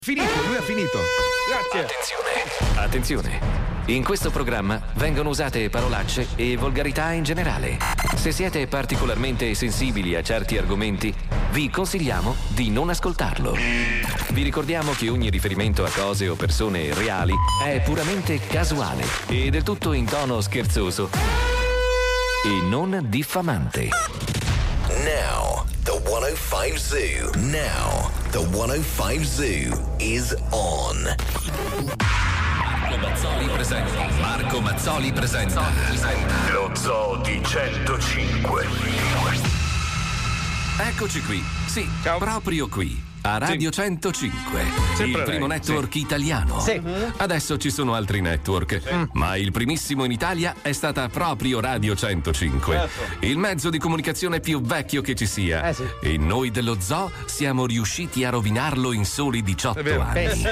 Finito, lui ha finito. Grazie. Attenzione. In questo programma vengono usate parolacce e volgarità in generale. Se siete particolarmente sensibili a certi argomenti, vi consigliamo di non ascoltarlo. Vi ricordiamo che ogni riferimento a cose o persone reali è puramente casuale e del tutto in tono scherzoso e non diffamante. Now, the 105 Zoo. Now, the 105 Zoo is on. Marco Mazzoli presenta Lo Zoo di 105. Eccoci qui, sì, Ciao. proprio qui, a Radio 105, Sempre il primo lei, network italiano. Sì. Adesso ci sono altri network, ma il primissimo in Italia è stata proprio Radio 105, Certo. il mezzo di comunicazione più vecchio che ci sia. Sì. E noi dello Zoo siamo riusciti a rovinarlo in soli 18 anni.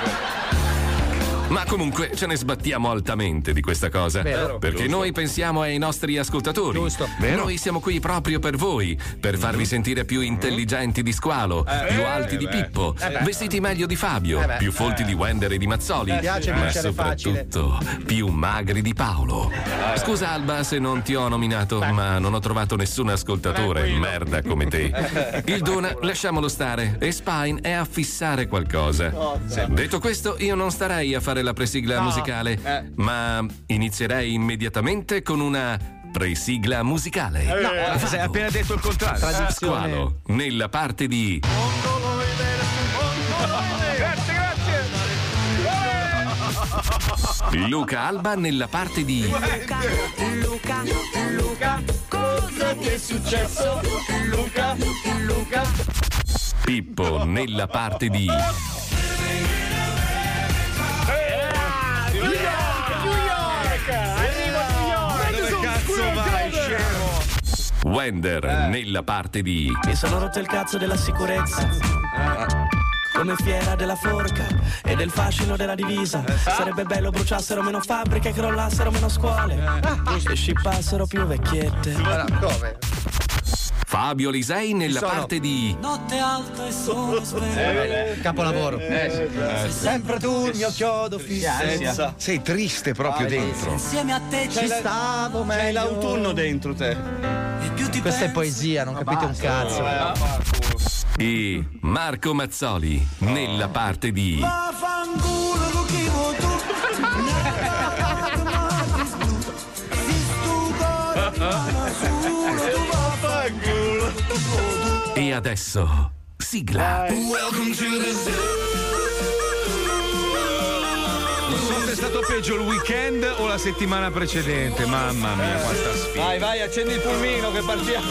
Ma comunque ce ne sbattiamo altamente di questa cosa. Vero. Perché Giusto. noi pensiamo ai nostri ascoltatori. Giusto. Vero. Noi siamo qui proprio per voi, per farvi sentire più intelligenti di Squalo, più alti di Pippo, vestiti meglio di Fabio, più folti di Wender e di Mazzoli, piace ma vincere soprattutto più magri di Paolo. Scusa Alba se non ti ho nominato, ma non ho trovato nessun ascoltatore merda come te. Il Dona lasciamolo stare e Spine è a fissare qualcosa. Detto questo, io non starei a fare la presigla musicale, ma inizierei immediatamente con una presigla musicale. Hai appena detto il contrario. Squalo, nella parte di Grazie. Luca Alba nella parte di Luca, cosa ti è successo? Luca, Pippo nella parte di Dove cazzo vai, scemo? Wender nella parte di Mi sono rotto il cazzo della sicurezza. Come fiera della forca e del fascino della divisa. Sarebbe bello bruciassero meno fabbriche, crollassero meno scuole e scippassero più vecchiette. Come? Fabio Lisei nella parte di Notte alta e sono sveglio. Capolavoro. Sempre tu, il mio chiodo fisso. Sei triste proprio dentro. Insieme a te ci stavo meglio. C'hai l'autunno dentro te. E più ti Questa è penso. poesia, non capite un cazzo. e Marco Mazzoli nella parte di Vaffanculo con chi vuoi tu. e adesso sigla. Non so se è stato peggio il weekend o la settimana precedente. Mamma mia, quanta sfiga. Vai, vai, accendi il pulmino che partiamo.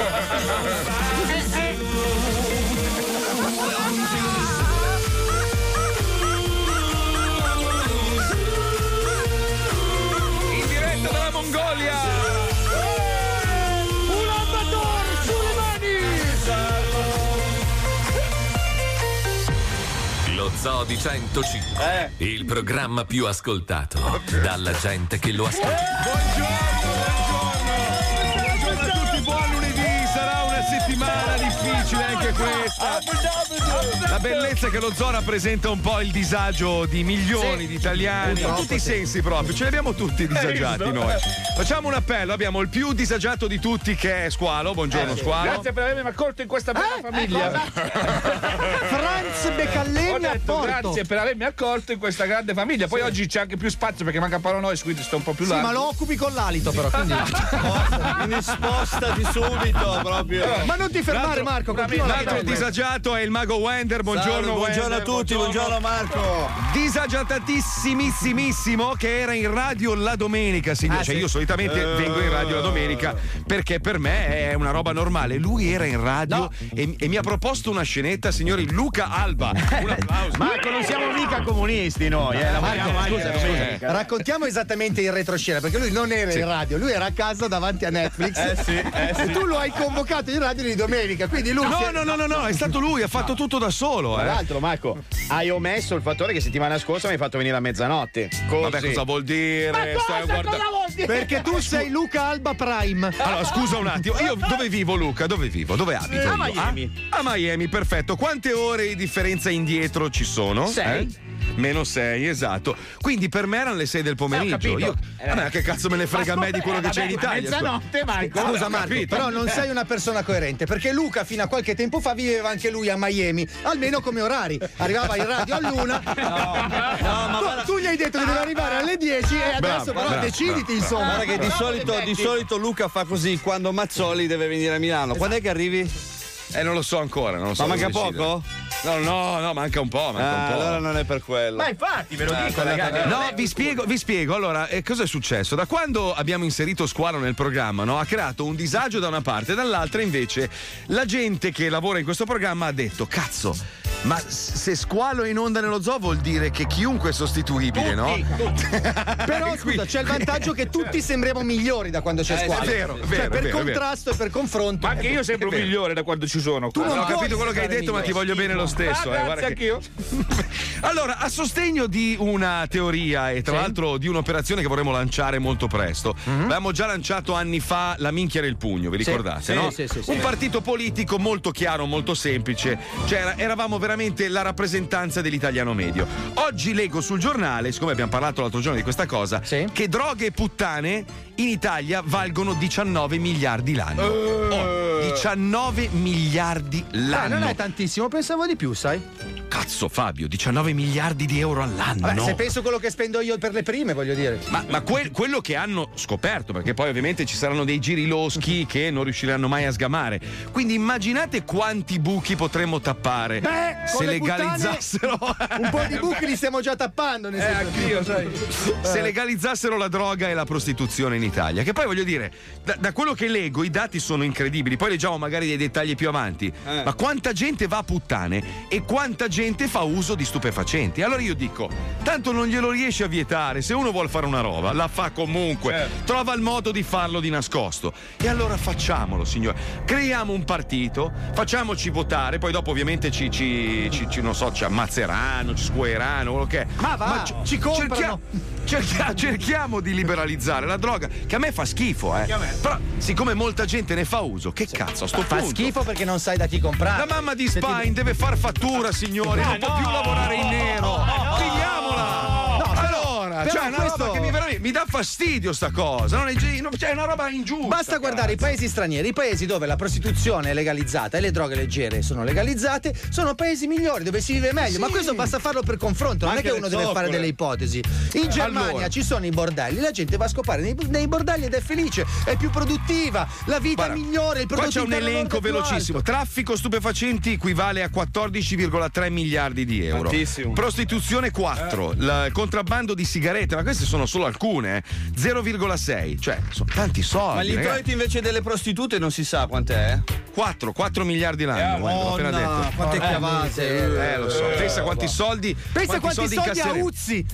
In diretta dalla Mongolia. Ulan Bator, sulle mani! Lo Zoo di 105, il programma più ascoltato dalla gente che lo ascolta. Buongiorno a tutti, buon lunedì. Sarà una settimana difficile anche questa. La bellezza è che lo Zoo rappresenta un po' il disagio di milioni di italiani, in tutti i sensi proprio, ce li abbiamo tutti disagiati noi. Facciamo un appello, abbiamo il più disagiato di tutti che è Squalo, buongiorno Squalo. Grazie per avermi accolto in questa bella famiglia. Franz Becalleni a Porto. Grazie per avermi accolto in questa grande famiglia. Poi oggi c'è anche più spazio perché manca Paranois, quindi sto un po' più là. Sì, ma lo occupi con l'alito però, quindi. Quindi spostati subito proprio. Ma non ti fermare Marco, continua la L'altro disagiato è il mago Wender, buongiorno Buongiorno a Wender, tutti, buongiorno Marco. Disagiatissimissimo che era in radio la domenica, signore. Cioè sì. io solitamente vengo in radio la domenica perché per me è una roba normale. Lui era in radio e mi ha proposto una scenetta, signori, Luca Alba. Un applauso. Marco, non siamo mica comunisti noi, lavoriamo anche Scusa, domenica. raccontiamo esattamente in retroscena perché lui non era in radio, lui era a casa davanti a Netflix. Sì. E tu lo hai convocato in radio di domenica, quindi lui No, è stato lui, ha fatto tutto da solo. solo. Tra l'altro, Marco, hai omesso il fattore che settimana scorsa mi hai fatto venire a mezzanotte. Così. Vabbè, cosa vuol dire? Cosa vuol dire? Perché tu sei Luca Alba Prime. Allora, scusa un attimo, io dove vivo, Luca? Dove vivo? Dove abito? A Miami. A Miami, perfetto. Quante ore di differenza indietro ci sono? 6. Meno 6, esatto. Quindi per me erano le 6 del pomeriggio. Io, vabbè, che cazzo me ne frega a me di quello che c'è in Italia? Mezzanotte, Marco. Scusa Marco, però non sei una persona coerente, perché Luca fino a qualche tempo fa viveva anche lui a Miami, almeno come orari. Arrivava in radio all'una. Tu gli hai detto che deve arrivare alle 10 e adesso però deciditi, insomma. Guarda che di solito Luca fa così quando Mazzoli deve venire a Milano. Quando è che arrivi? Non lo so ancora, non lo so. Ma manca poco? No, manca un po'. Allora non è per quello. Ma infatti, ve lo dico, ragazzi. No, vi spiego. Allora, cosa è successo? Da quando abbiamo inserito Squalo nel programma, no, ha creato un disagio da una parte, dall'altra invece la gente che lavora in questo programma ha detto: cazzo, ma se Squalo è in onda nello zoo vuol dire che chiunque è sostituibile, no? Però scusa, c'è il vantaggio che tutti sembriamo migliori da quando c'è Squalo. È vero, cioè, per vero, contrasto e per confronto. Ma anche io sembro migliore da quando ci sono. Tu non ho capito puoi quello che hai detto, migliore. ma ti voglio bene lo stesso. Grazie, anch'io. Allora, a sostegno di una teoria e tra l'altro di un'operazione che vorremmo lanciare molto presto, avevamo già lanciato anni fa la minchia del pugno, vi ricordate, no? Sì. Un partito politico molto chiaro, molto semplice, cioè eravamo veramente la rappresentanza dell'italiano medio. Oggi leggo sul giornale, siccome abbiamo parlato l'altro giorno di questa cosa, che droghe e puttane in Italia valgono 19 miliardi l'anno. 19 miliardi l'anno. Non è tantissimo, pensavo di più, sai? Cazzo Fabio, 19 miliardi di euro all'anno. Vabbè, se penso quello che spendo io per le prime, voglio dire. Ma quello che hanno scoperto, perché poi ovviamente ci saranno dei giri loschi che non riusciranno mai a sgamare. Quindi immaginate quanti buchi potremmo tappare se legalizzassero. Un po' di buchi li stiamo già tappando. Anch'io, sai. Se legalizzassero la droga e la prostituzione in Italia. Che poi voglio dire, da quello che leggo, i dati sono incredibili. Poi leggiamo magari dei dettagli più avanti. Ma quanta gente va a puttane e quanta gente fa uso di stupefacenti. Allora io dico, tanto non glielo riesci a vietare. Se uno vuole fare una roba, la fa comunque. Trova il modo di farlo di nascosto. E allora facciamolo, signore. Creiamo un partito, facciamoci votare, poi dopo ovviamente ci non so, ci ammazzeranno, ci scuoieranno, quello che è. Ma ci comprano. Cerchiamo di liberalizzare la droga, che a me fa schifo, Però siccome molta gente ne fa uso, che cazzo, a sto fa punto. schifo perché non sai da chi comprare. La mamma di Spine deve far fattura, signori, non può più lavorare in nero. Pigliamola! Allora, cioè, una roba che mi dà fastidio sta cosa. Non è una roba ingiusta. Basta guardare i paesi stranieri, i paesi dove la prostituzione è legalizzata e le droghe leggere sono legalizzate, sono paesi migliori dove si vive meglio. Ma questo basta farlo per confronto, non è che uno deve fare delle ipotesi. In Germania ci sono i bordelli, la gente va a scopare nei bordelli ed è felice, è più produttiva, la vita è migliore, il prodotto Qua c'è un elenco velocissimo. Traffico stupefacenti equivale a 14,3 miliardi di euro. Tantissimo. Prostituzione 4, il contrabbando di sigarette, ma queste sono solo alcune, 0,6, cioè sono tanti soldi. Ma l'introito invece delle prostitute non si sa quant'è? 4 miliardi l'anno. L'ho appena detto. Quante chiamate. Lo so. Pensa quanti soldi. Pensa quanti soldi a Uzzi.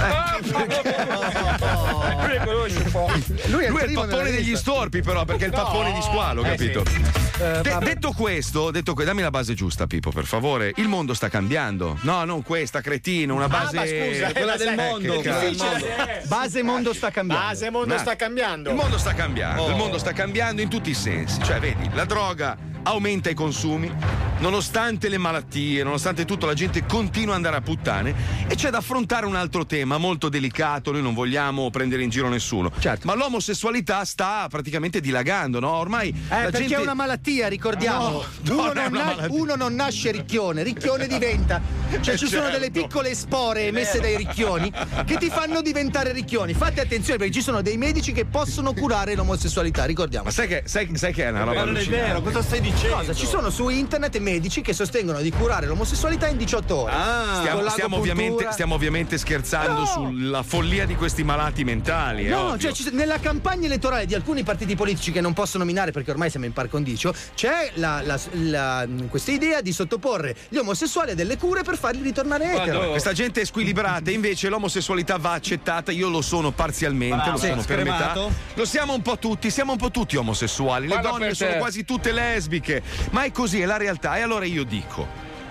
Lui è il pappone degli storpi, però, perché è il pappone di Squalo, capito? Detto questo, dammi la base giusta, Pippo, per favore. Il mondo sta cambiando. No, non questa, cretino, una base. Ma scusa, Quella del mondo. Base mondo sta cambiando. Base mondo sta cambiando. Il mondo sta cambiando, il mondo sta cambiando in tutti i sensi. Cioè, vedi, la droga aumenta i consumi, nonostante le malattie, nonostante tutto, la gente continua ad andare a puttane e c'è da affrontare un altro tema molto delicato. Noi non vogliamo prendere in giro nessuno, ma l'omosessualità sta praticamente dilagando, no? Ormai la perché gente è una malattia, ricordiamolo. Uno non nasce ricchione diventa. Cioè ci sono delle piccole spore emesse dai ricchioni che ti fanno diventare ricchioni. Fate attenzione perché ci sono dei medici che possono curare l'omosessualità, ricordiamo. Ma sai che è una roba Non è allucinante. vero, cosa stai dicendo? Cosa? Ci sono su internet medici che sostengono di curare l'omosessualità in 18 ore. Stiamo ovviamente scherzando sulla follia di questi malati mentali. No, cioè nella campagna elettorale di alcuni partiti politici che non posso nominare perché ormai siamo in par condicio, c'è questa idea di sottoporre gli omosessuali a delle cure per farli ritornare etero. Questa gente è squilibrata, invece l'omosessualità va accettata. Io lo sono parzialmente, lo sono per metà. Lo siamo un po' tutti omosessuali. Le donne sono quasi tutte lesbiche, ma è così, è la realtà. E allora io dico,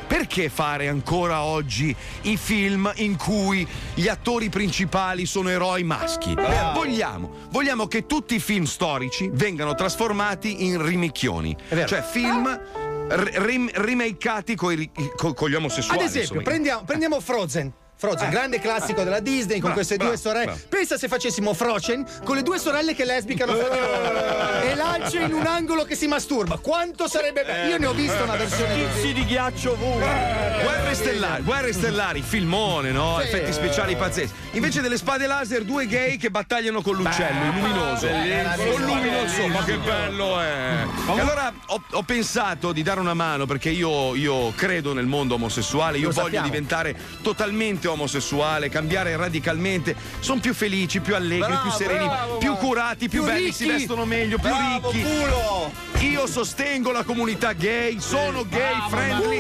perché fare ancora oggi i film in cui gli attori principali sono eroi maschi? Vogliamo che tutti i film storici vengano trasformati in rimicchioni, cioè film remakeati con gli omosessuali. Ad esempio, prendiamo Frozen, grande classico della Disney con queste due sorelle. Pensa se facessimo Frozen con le due sorelle che lesbicano e l'alce in un angolo che si masturba. Quanto sarebbe bello? Io ne ho visto una versione Tizi di ghiaccio ovunque. Guerre stellari, filmone, no? Sì. Effetti speciali pazzeschi. Invece delle spade laser, due gay che battagliano con l'uccello, il luminoso. Con luminoso, ma che bello è! E allora ho pensato di dare una mano perché io credo nel mondo omosessuale, io voglio diventare totalmente omosessuale, cambiare radicalmente. Sono più felici, più allegri, più sereni, più curati, più belli, ricchi. Si vestono meglio, più ricchi. Culo. Io sostengo la comunità gay, sono gay friendly.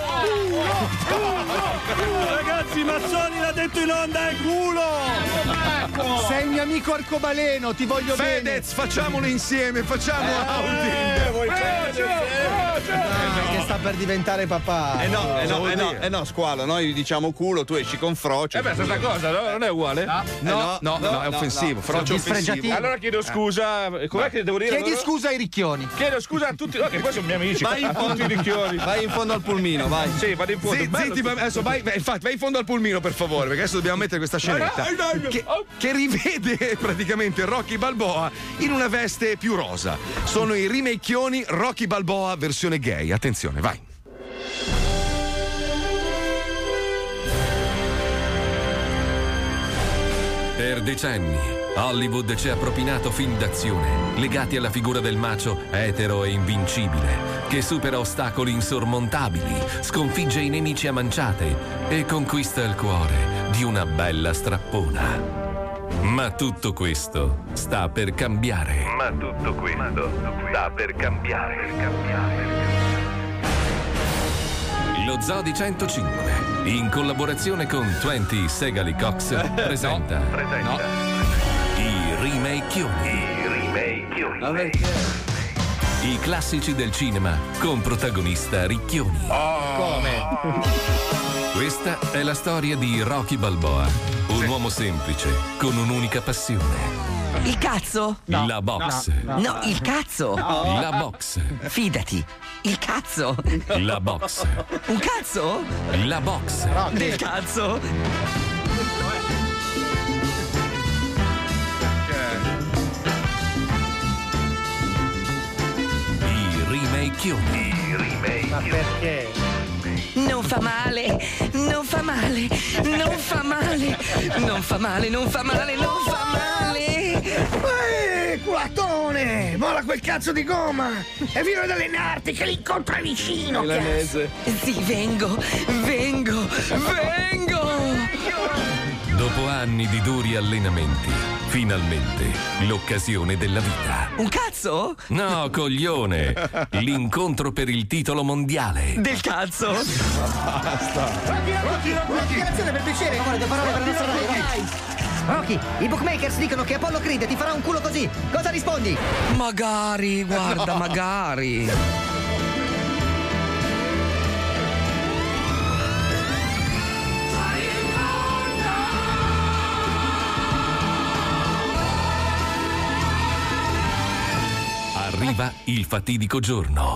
Ragazzi, Mazzoli l'ha detto in onda, è culo! Sei il mio amico arcobaleno, ti voglio bene. Fedez, facciamolo insieme, facciamo outing. Che sta per diventare papà. No, Squalo, noi diciamo culo, tu esci con frocio. Stessa cosa, no? Non è uguale? No, è offensivo. Frocio offensivo. Allora chiedo scusa. Com'è che devo dire? Chiedi scusa ai ricchioni. Chiedo scusa a tutti, che poi sono miei amici. Vai in fondo al pulmino, vai. Sì, vado in fondo. Zitti, adesso vai in fondo al pulmino, per favore, perché adesso dobbiamo mettere questa scenetta che rivede praticamente Rocky Balboa in una veste più rosa. Sono i remakeoni Rocky Balboa versione gay. Attenzione, vai. Per decenni Hollywood ci ha propinato film d'azione legati alla figura del macho etero e invincibile che supera ostacoli insormontabili, sconfigge i nemici a manciate e conquista il cuore di una bella strappona. Ma tutto questo sta per cambiare. Lo Zoo di 105, in collaborazione con 20 Segali Cox, presenta i Remakeoni. I classici del cinema con protagonista Ricchioni. Come? Questa è la storia di Rocky Balboa, un uomo semplice con un'unica passione. Il cazzo? No. La box. No, il cazzo. La box. Fidati. Il cazzo. La box. Un cazzo? La box. Del cazzo. I Remakeoni. Ma perché? Non fa male, non fa male, non fa male, non fa male, non fa male, non fa male. Culatone! Mola quel cazzo di gomma! È vino ad allenarti che l'incontra vicino! Sì, vengo! Dopo anni di duri allenamenti, finalmente l'occasione della vita. Un cazzo? No, coglione! L'incontro per il titolo mondiale. Del cazzo? Basta! Un'attivazione per piacere! Amore, parole per la nostra Rai! Rocky, i bookmakers dicono che Apollo Creed ti farà un culo così. Cosa rispondi? Magari, guarda, magari. Arriva il fatidico giorno.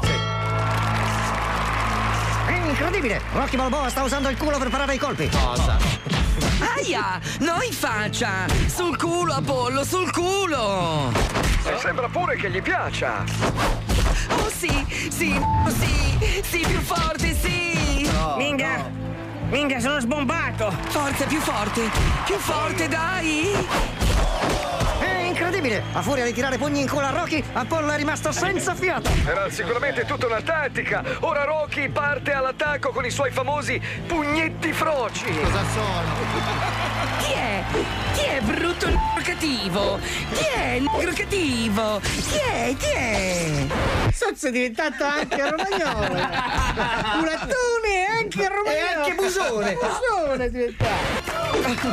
È incredibile! Rocky Balboa sta usando il culo per parare i colpi. Cosa? Aia! No in faccia! Sul culo, Apollo, sul culo! E sembra pure che gli piaccia! Oh sì, più forte, sì! No, Minga, sono sbombato! Forza, più forte, dai! È incredibile! A furia di tirare pugni in culo a Rocky, Apollo è rimasto senza fiato! Era sicuramente tutta una tattica! Ora Rocky parte all'attacco con i suoi famosi pugnetti froci! Cosa sono? Chi è brutto cattivo? Chi è cattivo? Chi è? Sozzo è diventato anche romagnolo! Culattone anche romagnolo! E anche busone! Busone è diventato!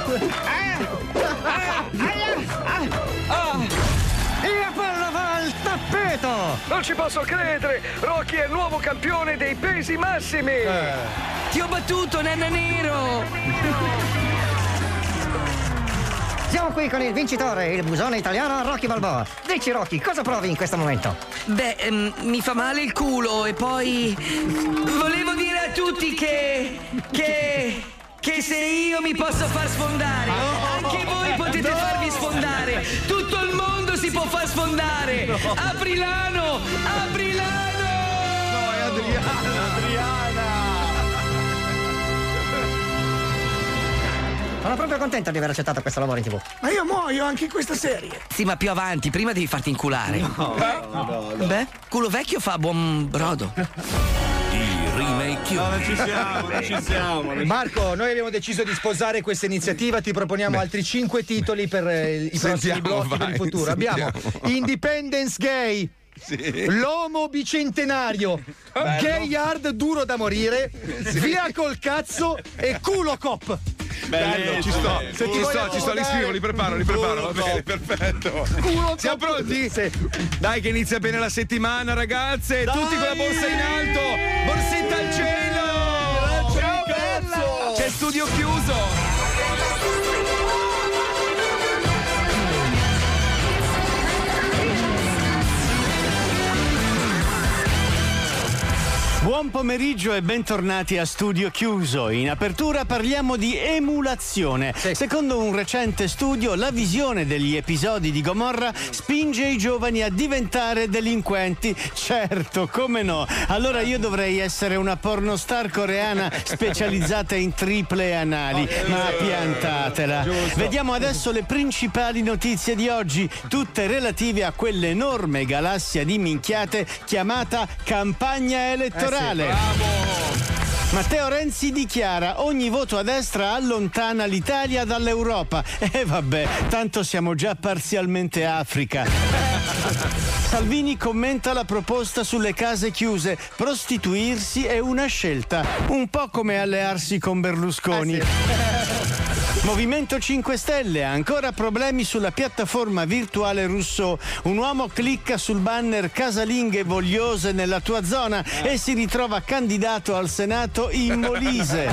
E Apollo volta tappeto! Non ci posso credere! Rocky è il nuovo campione dei pesi massimi! Ti ho battuto, Nanna Nero! Siamo qui con il vincitore, il busone italiano Rocky Balboa. Dici Rocky, cosa provi in questo momento? Beh, mi fa male il culo e poi volevo dire a tutti che se io mi posso far sfondare, anche voi potete farvi sfondare. Tutto il mondo si può far sfondare. Aprilano! Aprilano! No, è Adriana! Sono proprio contento di aver accettato questo lavoro in TV. Ma io muoio anche in questa serie. Sì, ma più avanti, prima devi farti inculare. No. Beh, culo vecchio fa buon brodo. Il remake. No, non ci siamo. Marco, noi abbiamo deciso di sposare questa iniziativa, ti proponiamo altri 5 titoli per i prossimi blocchi per il futuro. Abbiamo Independence Gay. Sì. L'Omo Bicentenario, Gay Hard duro da morire, Via col cazzo e Culo Cop. Bello, ci sto, li scrivo, li preparo, va bene, perfetto. Siamo pronti? Sì. Dai che inizia bene la settimana, ragazze, tutti con la borsa in alto, borsetta al cielo. Ciao bella. C'è studio chiuso. Buon pomeriggio e bentornati a Studio Chiuso. In apertura parliamo di emulazione. Sì. Secondo un recente studio, la visione degli episodi di Gomorra spinge i giovani a diventare delinquenti. Certo, come no? Allora io dovrei essere una pornostar coreana specializzata in triple anali. Ma piantatela. Giusto. Vediamo adesso le principali notizie di oggi, tutte relative a quell'enorme galassia di minchiate chiamata campagna elettorale. Matteo Renzi dichiara: ogni voto a destra allontana l'Italia dall'Europa. E vabbè, tanto siamo già parzialmente Africa. Salvini commenta la proposta sulle case chiuse. Prostituirsi è una scelta, un po' come allearsi con Berlusconi. Movimento 5 Stelle, ancora problemi sulla piattaforma virtuale Rousseau. Un uomo clicca sul banner casalinghe vogliose nella tua zona e si ritrova candidato al Senato in Molise.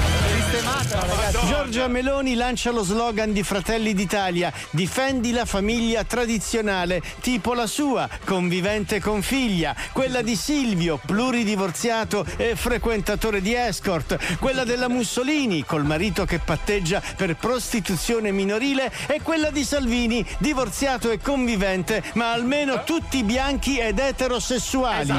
Giorgia Meloni lancia lo slogan di Fratelli d'Italia: difendi la famiglia tradizionale, tipo la sua, convivente con figlia, quella di Silvio, pluridivorziato e frequentatore di escort, quella della Mussolini, col marito che patteggia per prostituzione minorile, e quella di Salvini, divorziato e convivente, ma almeno tutti bianchi ed eterosessuali.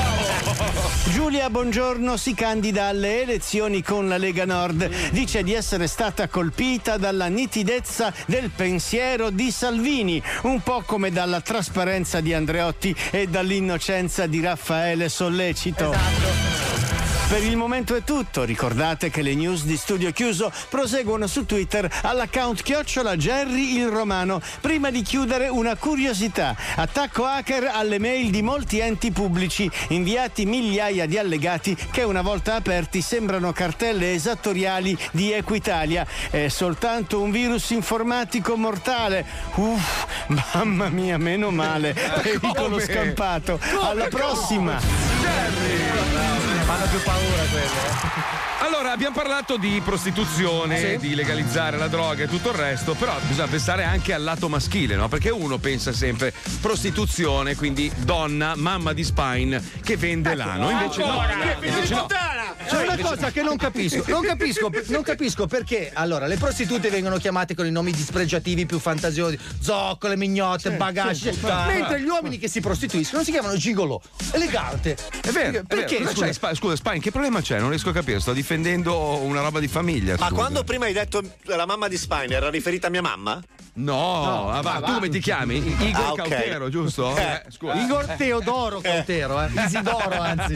Giulia Bongiorno si candida alle elezioni con la Lega Nord. Dice di essere stata colpita dalla nitidezza del pensiero di Salvini, un po' come dalla trasparenza di Andreotti e dall'innocenza di Raffaele Sollecito. Per il momento è tutto. Ricordate che le news di Studio Chiuso proseguono su Twitter all'account @Jerry il Romano. Prima di chiudere, una curiosità: attacco hacker alle mail di molti enti pubblici, inviati migliaia di allegati che una volta aperti sembrano cartelle esattoriali di Equitalia. È soltanto un virus informatico mortale. Mamma mia, meno male. Pericolo scampato. Alla prossima. Fanno più paura quelle. Allora, abbiamo parlato di prostituzione, di legalizzare la droga e tutto il resto, però bisogna pensare anche al lato maschile, no? Perché uno pensa sempre prostituzione, quindi donna, mamma di Spine che vende l'ano. Invece no. Invece no. C'è una cosa che non capisco. Non capisco perché allora le prostitute vengono chiamate con i nomi dispregiativi più fantasiosi, zoccole, mignotte, bagaggi, mentre gli uomini che si prostituiscono si chiamano gigolò. Elegante. È vero. Perché? È vero. Scusa, Spine, che problema c'è? Non riesco a capire, sto difendendo una roba di famiglia. Ma scusa. quando prima hai detto la mamma di Spine era riferita a mia mamma? No, tu come ti chiami? Igor Cautero, giusto? Scusa. Igor Teodoro Cautero, Isidoro, anzi.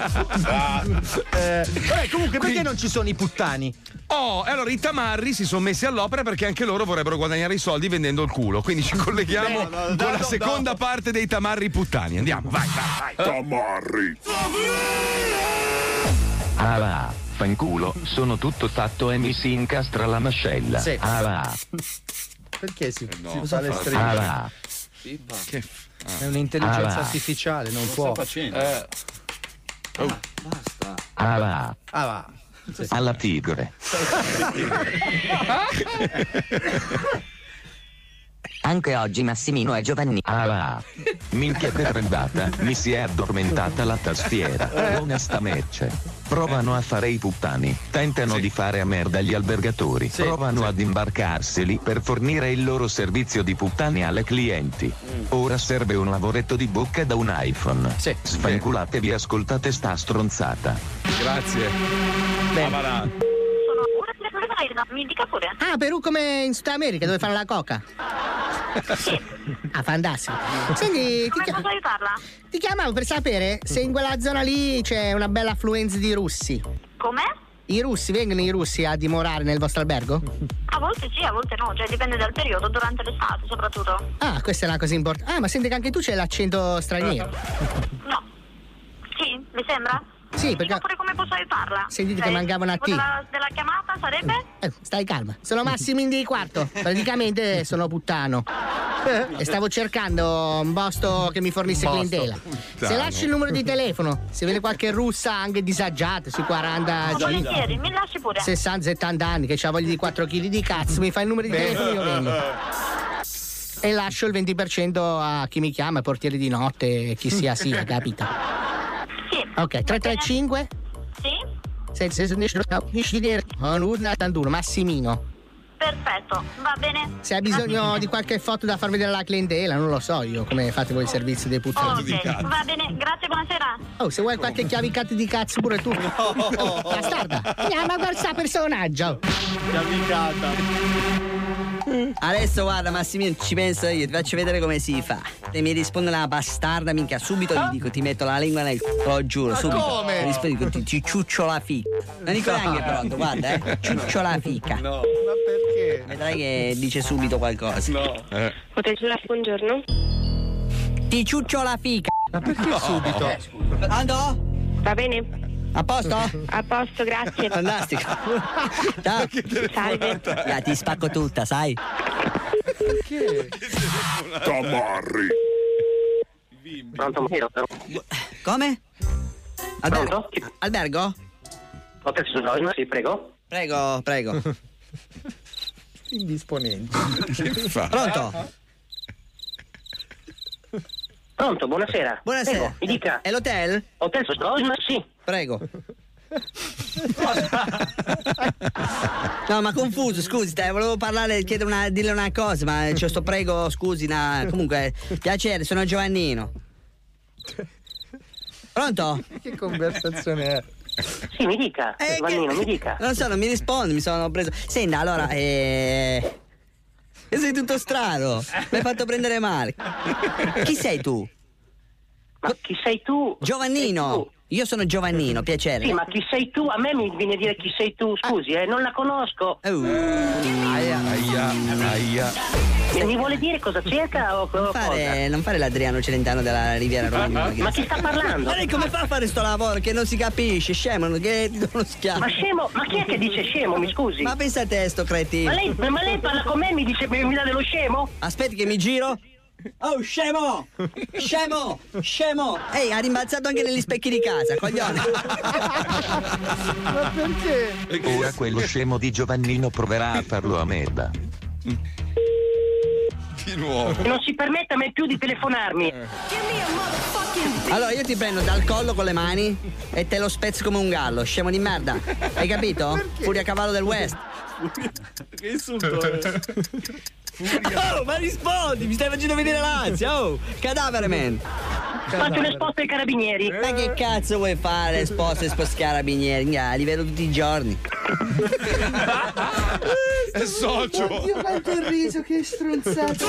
Comunque, perché non ci sono i puttani? Allora i tamarri si sono messi all'opera perché anche loro vorrebbero guadagnare i soldi vendendo il culo. Quindi ci colleghiamo con la seconda parte dei tamarri puttani. Andiamo, vai. Tamarri. Ah va, fanculo, sono tutto fatto e mi si incastra la mascella. Sì. Ah va. Perché si usa le stringhe? Ah va. È un'intelligenza artificiale, non può. Facendo? Basta. Va. Alla tigre. Anche oggi Massimino è Giovanni. Va. Minchia che prendata, mi si è addormentata la tastiera. Onesta merce. Provano a fare i puttani, tentano di fare a merda gli albergatori, provano ad imbarcarseli per fornire il loro servizio di puttani alle clienti. Ora serve un lavoretto di bocca da un iPhone. Sfanculatevi, ascoltate sta stronzata. Grazie. Mi dica pure. Ah, Perù come in Sud America dove fanno la coca. Ah, fantastico. Senti, posso aiutarla? Ti chiamavo per sapere se in quella zona lì c'è una bella affluenza di russi. Come? I russi, vengono i russi a dimorare nel vostro albergo? A volte sì, a volte no, cioè dipende dal periodo, durante l'estate soprattutto. Ah, questa è una cosa importante. Ah, ma senti che anche tu c'hai l'accento straniero. No. Sì, mi sembra? Sì, perché... Oppure come posso aiutarla? Sentite che mancava una T. Della chiamata sarebbe? Stai calma. Sono Massimo di quarto. Praticamente sono puttano. E stavo cercando un posto che mi fornisse clientela. Se lasci il numero di telefono, se vede qualche russa anche disagiata, sui 40, volentieri, mi lasci pure. 60-70 anni, che c'ha voglia di 4 kg di cazzo, mi fai il numero di telefono e io vengo. E lascio il 20% a chi mi chiama, portiere di notte, chi sia, capita. Sì. Ok, 335? Sì. Massimino. Perfetto, va bene. Se hai bisogno di qualche foto da far vedere alla clientela, non lo so io come fate voi il servizio dei puttani. Ok, va bene, grazie, buonasera. Oh, se vuoi qualche chiavicata di cazzo pure tu. Bastarda, andiamo a guardare personaggio. Chiavicata. Adesso guarda Massimino, ci penso io, ti faccio vedere come si fa. Se mi risponde una bastarda, minchia, subito gli dico, ti metto la lingua nel c***o, lo giuro, ma subito. come? Mi rispondi, ti ciuccio la fica. Non dico neanche pronto, guarda, ciuccio la fica. No, ma perché? Vedrai che dice subito qualcosa. No. Potete buongiorno? Ti ciuccio la fica. Ma perché subito? Ando? Va bene. A posto? A posto, grazie. Fantastico. Ciao. Salve. Ya, ti spacco tutta, sai? Perché? Tamarri. Pronto, Come? Pronto? Albergo? Hotel Sunoima, sì, prego. Prego. Indisponente. Pronto? Pronto, buonasera. Buonasera. Prego, mi dica. È l'hotel? Hotel Sunoima, sì. Prego. No, ma confuso, scusi, volevo parlare, dirle una cosa, ma c'è sto prego, scusi, comunque, piacere, sono Giovannino. Pronto? Che conversazione è? Sì, mi dica, Giovannino, mi dica. Non so, non mi risponde, mi sono preso. Senta, allora, sei tutto strano, mi hai fatto prendere male. Chi sei tu? Ma chi sei tu? Giovannino. Sei tu? Io sono Giovannino, piacere. Sì, ma chi sei tu? A me mi viene a dire chi sei tu, scusi, non la conosco. Aia. Mi vuole dire cosa cerca o cosa? Non fare l'Adriano Celentano della Riviera Romagna. Ma chi sta parlando? Ma lei come fa a fare sto lavoro che non si capisce, scemo, che uno schiaffo. Ma scemo? Ma chi è che dice scemo, mi scusi? Ma pensa a te sto cretino. Ma lei parla con me e mi dice mi dà dello scemo? Aspetti che mi giro. Oh, scemo! Scemo! Ehi, ha rimbalzato anche negli specchi di casa, coglione! Ma perché? Ora quello scemo di Giovannino proverà a farlo a merda. Di nuovo. E non si permetta mai più di telefonarmi. Allora io ti prendo dal collo con le mani e te lo spezzo come un gallo, scemo di merda. Hai capito? Perché? Furia a cavallo del West. Che insulto è? Oh, ma rispondi, mi stai facendo vedere l'ansia, oh! Cadavere, man! Faccio l'esposta ai carabinieri. Ma che cazzo vuoi fare, esposto carabinieri? Li vedo tutti i giorni. È socio. Oddio, quanto ho riso, che stronzato.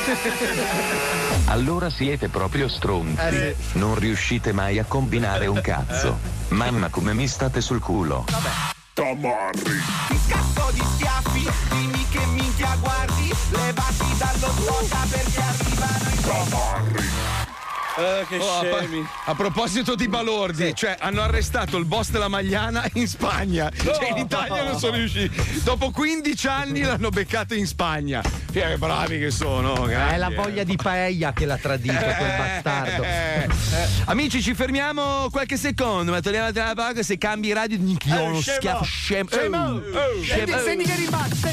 Allora siete proprio stronzi. Non riuscite mai a combinare un cazzo. Mamma come mi state sul culo. Tamarri. Ti scappo di schiaffi, dimmi che minchia guardi, levati dallo scotta perché arrivano i Tamarri. Che scemi. A proposito di balordi, cioè hanno arrestato il boss della Magliana in Spagna. Cioè in Italia non sono riusciti. Dopo 15 anni l'hanno beccato in Spagna. Bravi che sono, È la voglia di paella che l'ha tradito quel bastardo. Amici, ci fermiamo qualche secondo, ma togliamo la paga, se cambi radio uno schiaffo scemo. Senti che ribatte.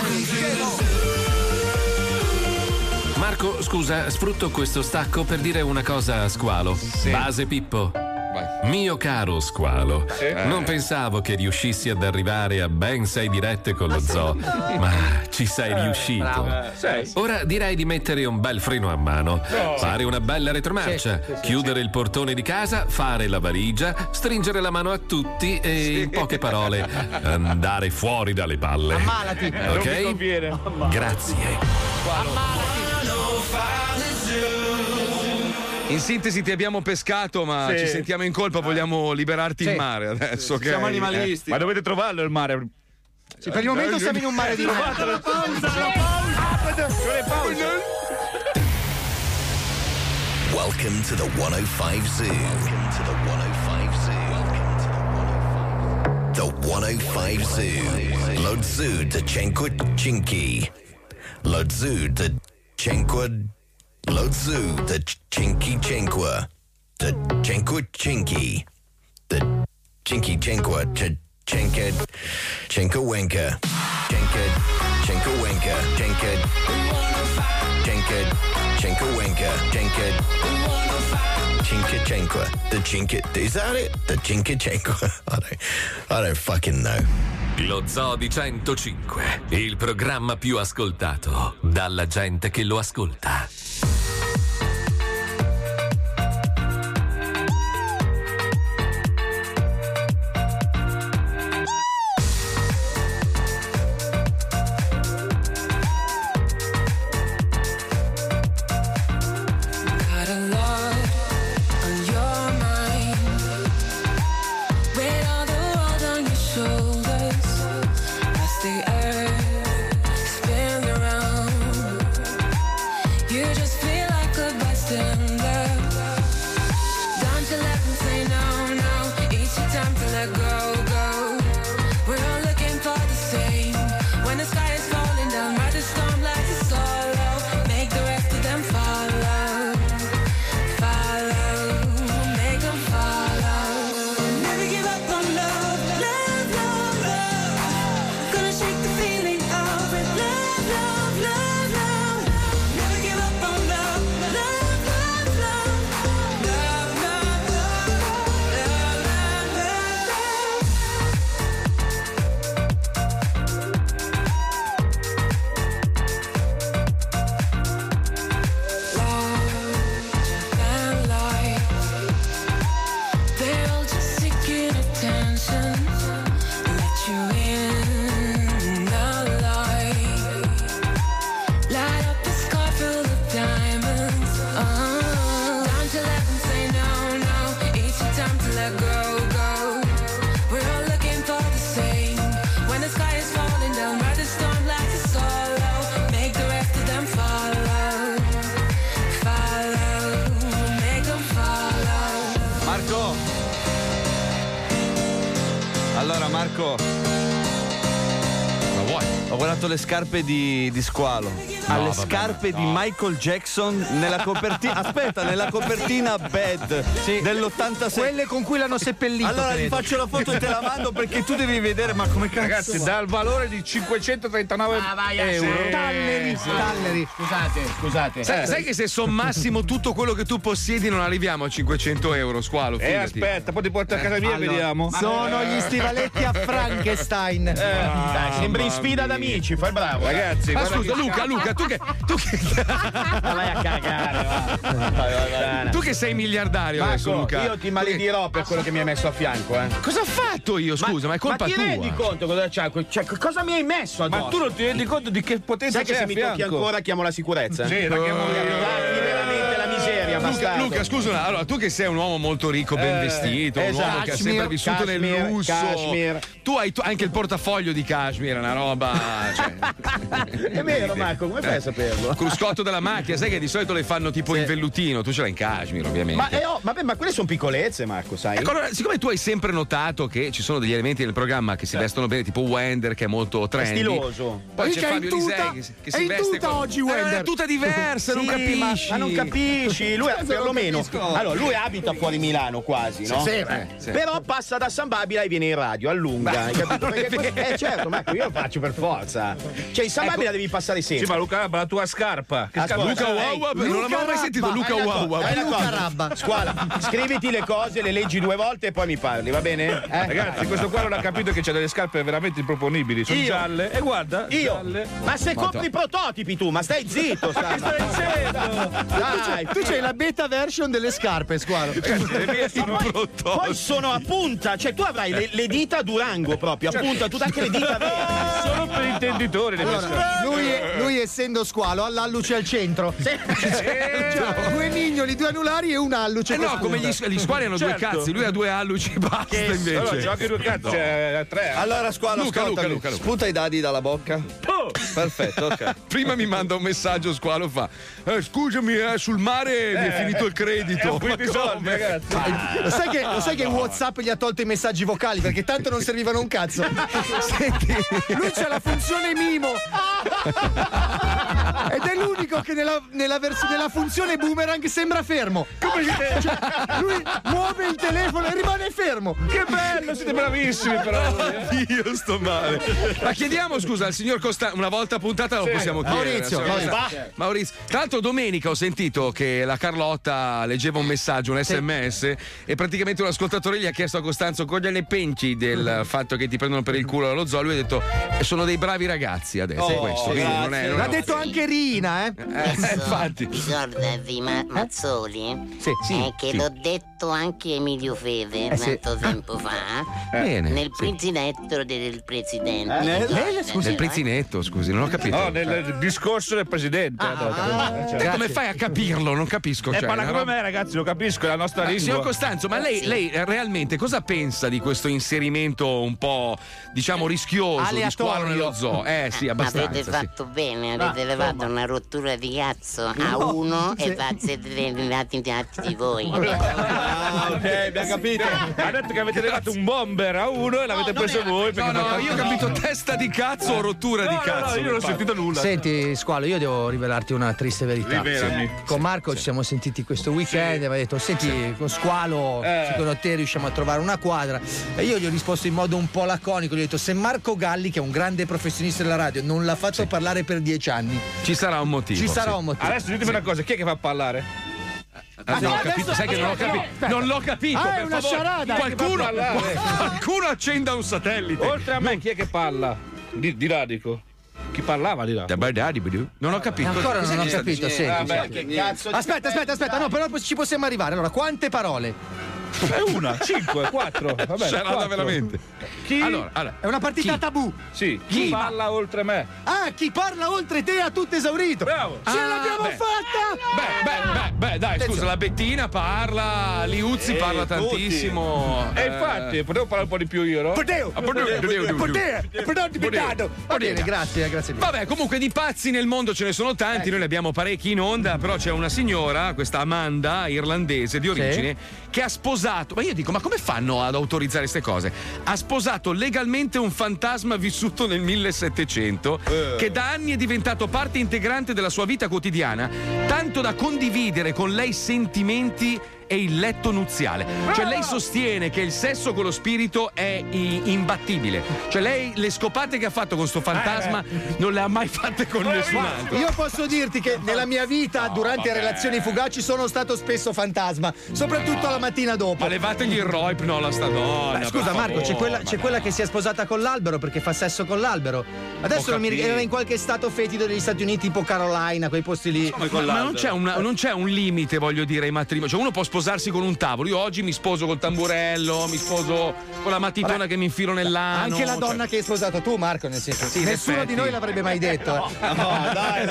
Marco, scusa, sfrutto questo stacco per dire una cosa a Squalo. Base Pippo. Mio caro Squalo, non pensavo che riuscissi ad arrivare a ben 6 dirette con lo zoo, ma ci sei riuscito. Ora direi di mettere un bel freno a mano, fare una bella retromarcia, chiudere il portone di casa, fare la valigia, stringere la mano a tutti e, in poche parole, andare fuori dalle palle. Ammalati. Ok? Non mi conviene. Grazie. In sintesi ti abbiamo pescato, ma ci sentiamo in colpa, vogliamo liberarti in mare adesso. Okay? Siamo animalisti. Ma dovete trovarlo il mare. Sì, per il momento siamo in un mare di pausa. Welcome to the 105 Zoo. Welcome to the 105 Zoo. The 105 Zoo. Lo Zoo de Cinque Cinque. Lo Zoo de Cinque. Lo Zoo de Cinque Cinque. The Cinque Cinque. The Cinque Cinque. Cinque. Cinque Winka. Cinque. Cinque Winka. Cinque. Cinque. Cinque Winka. Cinque. Cinque Cinque. The Cinque. Is that it? The Cinque Cinque. I don't fucking know. Lo Zoo di 105, il programma più ascoltato dalla gente che lo ascolta. Marco, ho guardato le scarpe di Squalo. Ha le scarpe di Michael Jackson nella copertina. Aspetta, nella copertina Bad dell'86. Quelle con cui l'hanno seppellito. Allora ti faccio la foto e te la mando perché tu devi vedere, ma come cazzo. Ragazzi, dal valore di 539 euro. Talleri. Scusate. Sai che se sommassimo tutto quello che tu possiedi non arriviamo a 500 euro, Squalo. Aspetta, poi ti porto a casa mia e vediamo. Sono gli stivaletti a Frankenstein. Dai, sembri in sfida ad amici, fai bravo. Ragazzi, ma scusa, Luca, tu che vai a cagare, va. Tu che sei miliardario adesso, Luca. Io ti maledirò per quello che mi hai messo a fianco, Cosa ho fatto io, scusa? Ma è colpa tua. Ma ti rendi conto cosa c'è? Cioè, cosa mi hai messo addosso? Ma tu non ti rendi conto di che potenza sai che se mi tocchi ancora chiamo la sicurezza? Sì, la chiamo veramente la miseria, Luca, scusa, allora tu che sei un uomo molto ricco, ben vestito, un uomo che ha sempre vissuto nel lusso. Cashmere. Tu hai anche il portafoglio di cashmere, una roba. Cioè... È vero, Marco, come fai a saperlo? Cruscotto della macchina, sai che di solito le fanno tipo in vellutino, tu ce l'hai in cashmere, ovviamente. Ma quelle sono piccolezze, Marco, sai? Ecco, allora, siccome tu hai sempre notato che ci sono degli elementi nel programma che si vestono bene, tipo Wender, che è molto trendy. Stiloso. Poi c'è Fabio Lisei che si veste tuta oggi, Wender. È una tuta diversa, non capisci. Ma non capisci, lui perlomeno. Allora, lui abita fuori Milano quasi, no? Sì. Però passa da San Babila e viene in radio, allunga, hai capito? Perché certo, Marco, io lo faccio per forza. Cioè, in San Babila devi passare sempre. Sì, ma Luca, la tua scarpa. Luca Wawa, non l'avevo mai sentito. Luca Wawa. Luca Rabba. Squala, scriviti le cose, le leggi 2 volte e poi mi parli, va bene? Ragazzi, questo qua non ha capito che c'ha delle scarpe veramente improponibili. Sono gialle. E guarda, gialle. Ma se compri i prototipi tu, ma stai zitto, Ma che stai dicendo? Dai, tu c'hai la beta version delle scarpe, Squalo. Poi sono a punta, cioè tu avrai le dita a Durango proprio, a punta, tutte anche le dita vere. Solo per intenditori le mie scarpe. Lui essendo Squalo ha l'alluce al centro. Cioè, 2 mignoli, 2 anulari e un alluce. No, come gli squali hanno 2 cazzi, lui ha 2 alluci e basta invece. Allora, c'ho anche 2 cazzi, 3. Allora, Squalo, Luca. Sputa i dadi dalla bocca. Perfetto, ok. Prima mi manda un messaggio, Squalo fa: scusami, sul mare mi è finito il credito. Soldi, ragazzi. Lo sai che WhatsApp gli ha tolto i messaggi vocali perché tanto non servivano un cazzo. Senti, lui c'ha la funzione mimo ed è l'unico che nella funzione boomerang sembra fermo. Cioè, lui muove il telefono e rimane fermo. Che bello, siete bravissimi però. Io sto male. Ma chiediamo scusa al signor Costanzo, una volta puntata lo possiamo chiedere. Maurizio. Tra l'altro domenica ho sentito che la Carlotta leggeva un messaggio, un SMS, e praticamente un ascoltatore gli ha chiesto a Costanzo cosa ne pensi del fatto che ti prendono per il culo allo zoo. Lui ha detto sono dei bravi ragazzi adesso, questo. L'ha detto anche Rina, infatti. Ricordati Mazzoli? Che l'ho detto anche Emilio Feve tanto tempo fa. Bene. Nel prizzinetto del presidente. Nel prizzinetto, scusi, non ho capito. No, nel discorso del presidente. Come fai a capirlo? Non capisco. Parla come me, ragazzi, lo capisco, è la nostra lingua. Signor Costanzo, ma lei realmente cosa pensa di questo inserimento un po', diciamo, rischioso di Squalo nello zoo? Sì, abbastanza. Avete fatto bene, avete levato una rottura di cazzo a uno e siete arrivati di voi. Ok, abbiamo capito. Ha detto che avete levato un bomber a uno e l'avete preso voi. No, io ho capito testa di cazzo o rottura di cazzo. No, io non ho sentito nulla. Senti, Squalo, io devo rivelarti una triste verità. Rivelami. Con Marco ci siamo sentiti questo weekend e mi ha detto: senti, con Squalo, secondo te riusciamo a trovare una quadra? E io gli ho risposto in modo un po' laconico, gli ho detto: se Marco Galli, che è un grande professionista della radio, non l'ha fatto parlare per 10 anni, ci sarà un motivo. Adesso ditemi una cosa, chi è che fa parlare? Non ho capito, sai che non l'ho capito. Non l'ho capito. È una sciarada. Qualcuno accenda un satellite. Oltre a me, chi è che parla? Di Radico. Chi parlava di là? Non ho capito. Ancora non ho capito. Che cazzo Aspetta, no, però ci possiamo arrivare. Allora, quante parole? È una, 5, 4. Vabbè, sciarada veramente. Chi? Allora, è una partita tabù. Sì, chi parla oltre me? Chi parla oltre te ha tutto esaurito. Bravo. Ce l'abbiamo fatta. Beh, dai, scusa, la Bettina parla, Liuzzi parla tantissimo. E infatti, potevo parlare un po' di più io, no? Va bene, grazie. Vabbè, comunque di pazzi nel mondo ce ne sono tanti, noi ne abbiamo parecchi in onda, però c'è una signora, questa Amanda, irlandese di origine, che ha sposato. Ma io dico, ma come fanno ad autorizzare queste cose? Ha sposato legalmente un fantasma vissuto nel 1700 che da anni è diventato parte integrante della sua vita quotidiana, tanto da condividere con lei sentimenti e il letto nuziale. Cioè lei sostiene che il sesso con lo spirito è imbattibile. Cioè lei le scopate che ha fatto con sto fantasma non le ha mai fatte con nessun altro. Io posso dirti che nella mia vita durante relazioni fugaci sono stato spesso fantasma, soprattutto la mattina dopo. Ma levategli il Rohypnol a sta donna. Scusa Marco, c'è quella che si è sposata con l'albero perché fa sesso con l'albero. Adesso non mi ricordo, era in qualche stato fetido degli Stati Uniti, tipo Carolina, quei posti lì. Ma non c'è un limite, voglio dire, ai matrimoni. Cioè uno può sposare sposarsi con un tavolo. Io oggi mi sposo col tamburello, mi sposo con la matitona che mi infilo nell'ano. Anche la donna che hai sposato tu, Marco, nel senso, sì, nessuno di noi l'avrebbe mai detto. No, dai,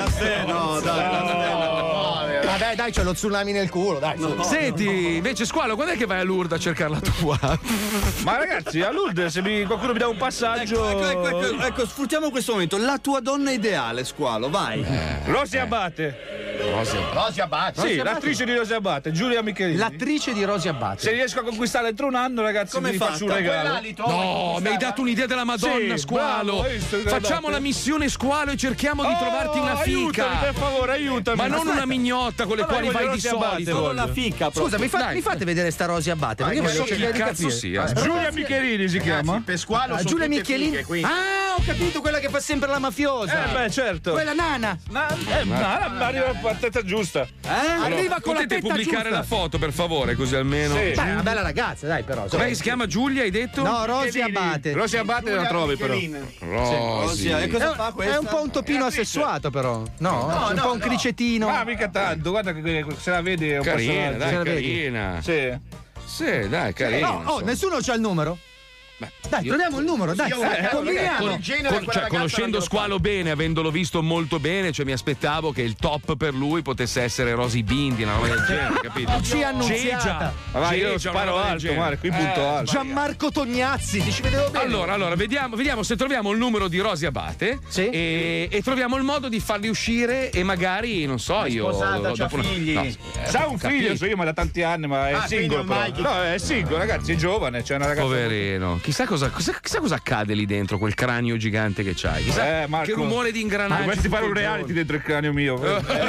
Vabbè, dai, c'è lo tsunami nel culo, dai. Senti, invece Squalo, quando è che vai a Lourdes a cercare la tua? Ma ragazzi, a Lourdes, se qualcuno mi dà un passaggio. Ecco, sfruttiamo questo momento. La tua donna ideale, Squalo, vai. Rosi Abate. Rosi Abate. Sì, l'attrice di Rosi Abate, Giulia Michelini. L'attrice di Rosi Abate. Se riesco a conquistarla entro un anno, ragazzi, come vi faccio un regalo. No, mi hai dato un'idea della Madonna, Sì, Squalo. bravo, Facciamo la missione Squalo e cerchiamo di trovarti una fica. Aiutami, per favore, aiutami. Ma non una mignotta con le Vabbè, quali vai di Rosi Abate, solito. Solo la fica. Scusa, mi fate vedere sta Rosi Abate? Perché voglio cercare di cazzo capire. sia? Giulia Michelini si chiama? Per Squalo sono Giulia tutte Michelini. fighe, quindi. Ah, ho capito, quella che fa sempre la mafiosa. Beh, certo. Quella nana. Ma arriva a testa giusta. Arriva con la Potete tetta pubblicare giusta. la foto, per favore, così almeno. Sì. Beh, è una bella ragazza, dai, però. Come si chiama Giulia, hai detto? No, Rosi Abate. Rosi Abate la trovi, però. Rosi. E cosa fa questa? È un po' un topino assessuato, però. No, un po' un cricetino. Ma mica tanto, guarda che se la vedi è un Carina, personaggio. dai, carina. Sì. Sì, dai, carina. Oh, nessuno c'ha il numero? Dai, troviamo il numero, dai, combiniamo. Conoscendo Squalo bene, avendolo visto molto bene, cioè mi aspettavo che il top per lui potesse essere Rosy Bindi, una roba del genere, capito? Lucia Annunziata. Ma vai, io Cegia, sparo una roba del alto, genere. Marco, qui punto alto. Gianmarco Tognazzi, ti ci vedevo bene. Allora, vediamo se troviamo il numero di Rosi Abate e troviamo il modo di farli uscire e magari, non so, io. Sposata, c'ha figli. Sa un figlio, so io, ma da tanti anni, ma è singolo. No, è singolo, ragazzi, è giovane, c'è una ragazza. Poverino, chissà cosa accade lì dentro, quel cranio gigante che c'hai. Chissà Marco, che rumore di ingranaggi. Dovresti fare un reality dentro il cranio mio.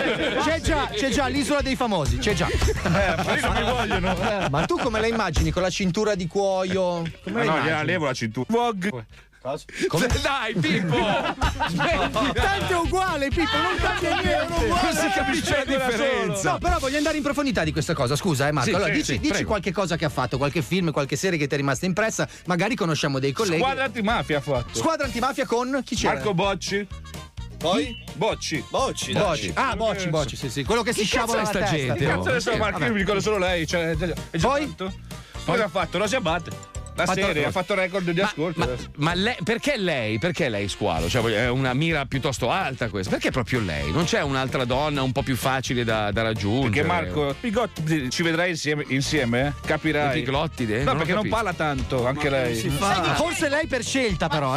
C'è già l'isola dei famosi, c'è già. Ma lì non mi vogliono. Ma tu come la immagini? Con la cintura di cuoio? Come No, gliela levo la cintura. Vog. Come? Dai, Pippo! Tanto è uguale, Pippo, non cambia niente. Non si capisce la differenza. No, però voglio andare in profondità di questa cosa. Scusa, Marco. Sì, allora, sì, dici qualche cosa che ha fatto, qualche film, qualche serie che ti è rimasta impressa. Magari conosciamo dei colleghi. Squadra antimafia ha fatto. Squadra antimafia con chi c'era? Marco Bocci. Poi? Bocci. Bocci. Ah, Bocci, sì. Quello che si sciavola la sta testa. gente? Cazzo adesso Marco, io mi ricordo solo lei. Cioè, Poi ha fatto Rosi Abate. La serie ha fatto record di ascolto. Ma lei, perché lei? Perché lei, Squalo? Cioè, è una mira piuttosto alta questa. Perché proprio lei? Non c'è un'altra donna un po' più facile da raggiungere? Perché Marco, Pigotti ci vedrai insieme, capirai. I Piglotti dentro? No, perché non parla tanto, anche lei. Forse lei per scelta, però,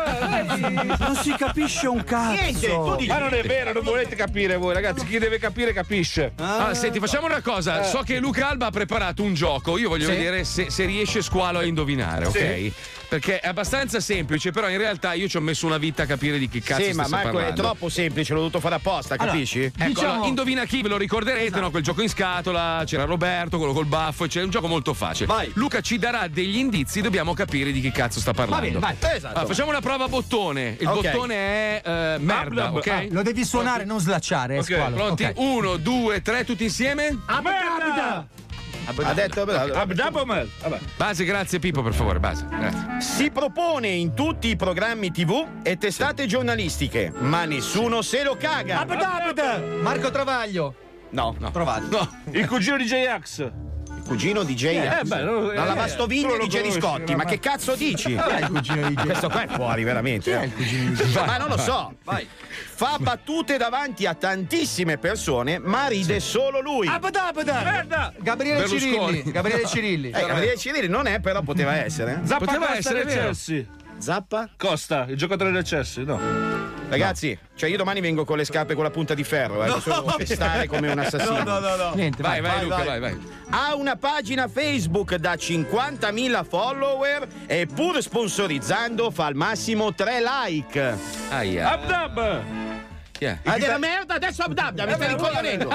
Non si capisce un cazzo. Niente, Ma non è vero, non volete capire voi, ragazzi. Chi deve capire, capisce. Senti, facciamo una cosa. So che Luca Alba ha preparato un gioco. Io voglio vedere se riesce Squalo a indovinare, ok? Perché è abbastanza semplice, però in realtà io ci ho messo una vita a capire di che cazzo Sì, ma stesse Marco parlando. è troppo semplice, l'ho dovuto fare apposta, capisci? Ecco, allora, indovina chi, ve lo ricorderete, no? Quel gioco in scatola, c'era Roberto, quello col baffo, c'è un gioco molto facile. Vai. Luca ci darà degli indizi, dobbiamo capire di che cazzo sta parlando. Va bene, vai. Esatto. Allora, facciamo una prova a bottone. Il bottone è merda, ok? Lo devi suonare, non slacciare, Squalo. Pronti? Ok. 1, 2, 3, tutti insieme? Merda! Ha detto Abdabomel. Vabbè. Base, grazie Pippo, per favore, base. Grazie. si propone in tutti i programmi TV e testate giornalistiche, ma nessuno se lo caga. Marco Travaglio. No, Provato. No. Il cugino di J-Ax. cugino di J. La lavastoviglie di Gerry Scotti. Ma che cazzo dici? Il cugino di J. Questo qua è fuori, veramente. il cugino di J. Ma non lo so. Vai. Fa battute davanti a tantissime persone, ma ride solo lui. Merda! Gabriele Cirilli. Gabriele Cirilli. Gabriele Cirilli non è, però poteva essere. Zappa Poteva Costa essere del vero. Chelsea. Zappa? Costa, il giocatore del Chelsea, no. Ragazzi, cioè io domani vengo con le scarpe con la punta di ferro, mi sono pestare come un assassino. No. Niente, Vai, Luca, vai. Ha una pagina Facebook da 50.000 follower e pur sponsorizzando fa al massimo 3 like. Aia. Abdab! Chi è? Ah, della merda, adesso Abdab, mi stai ricoglionendo.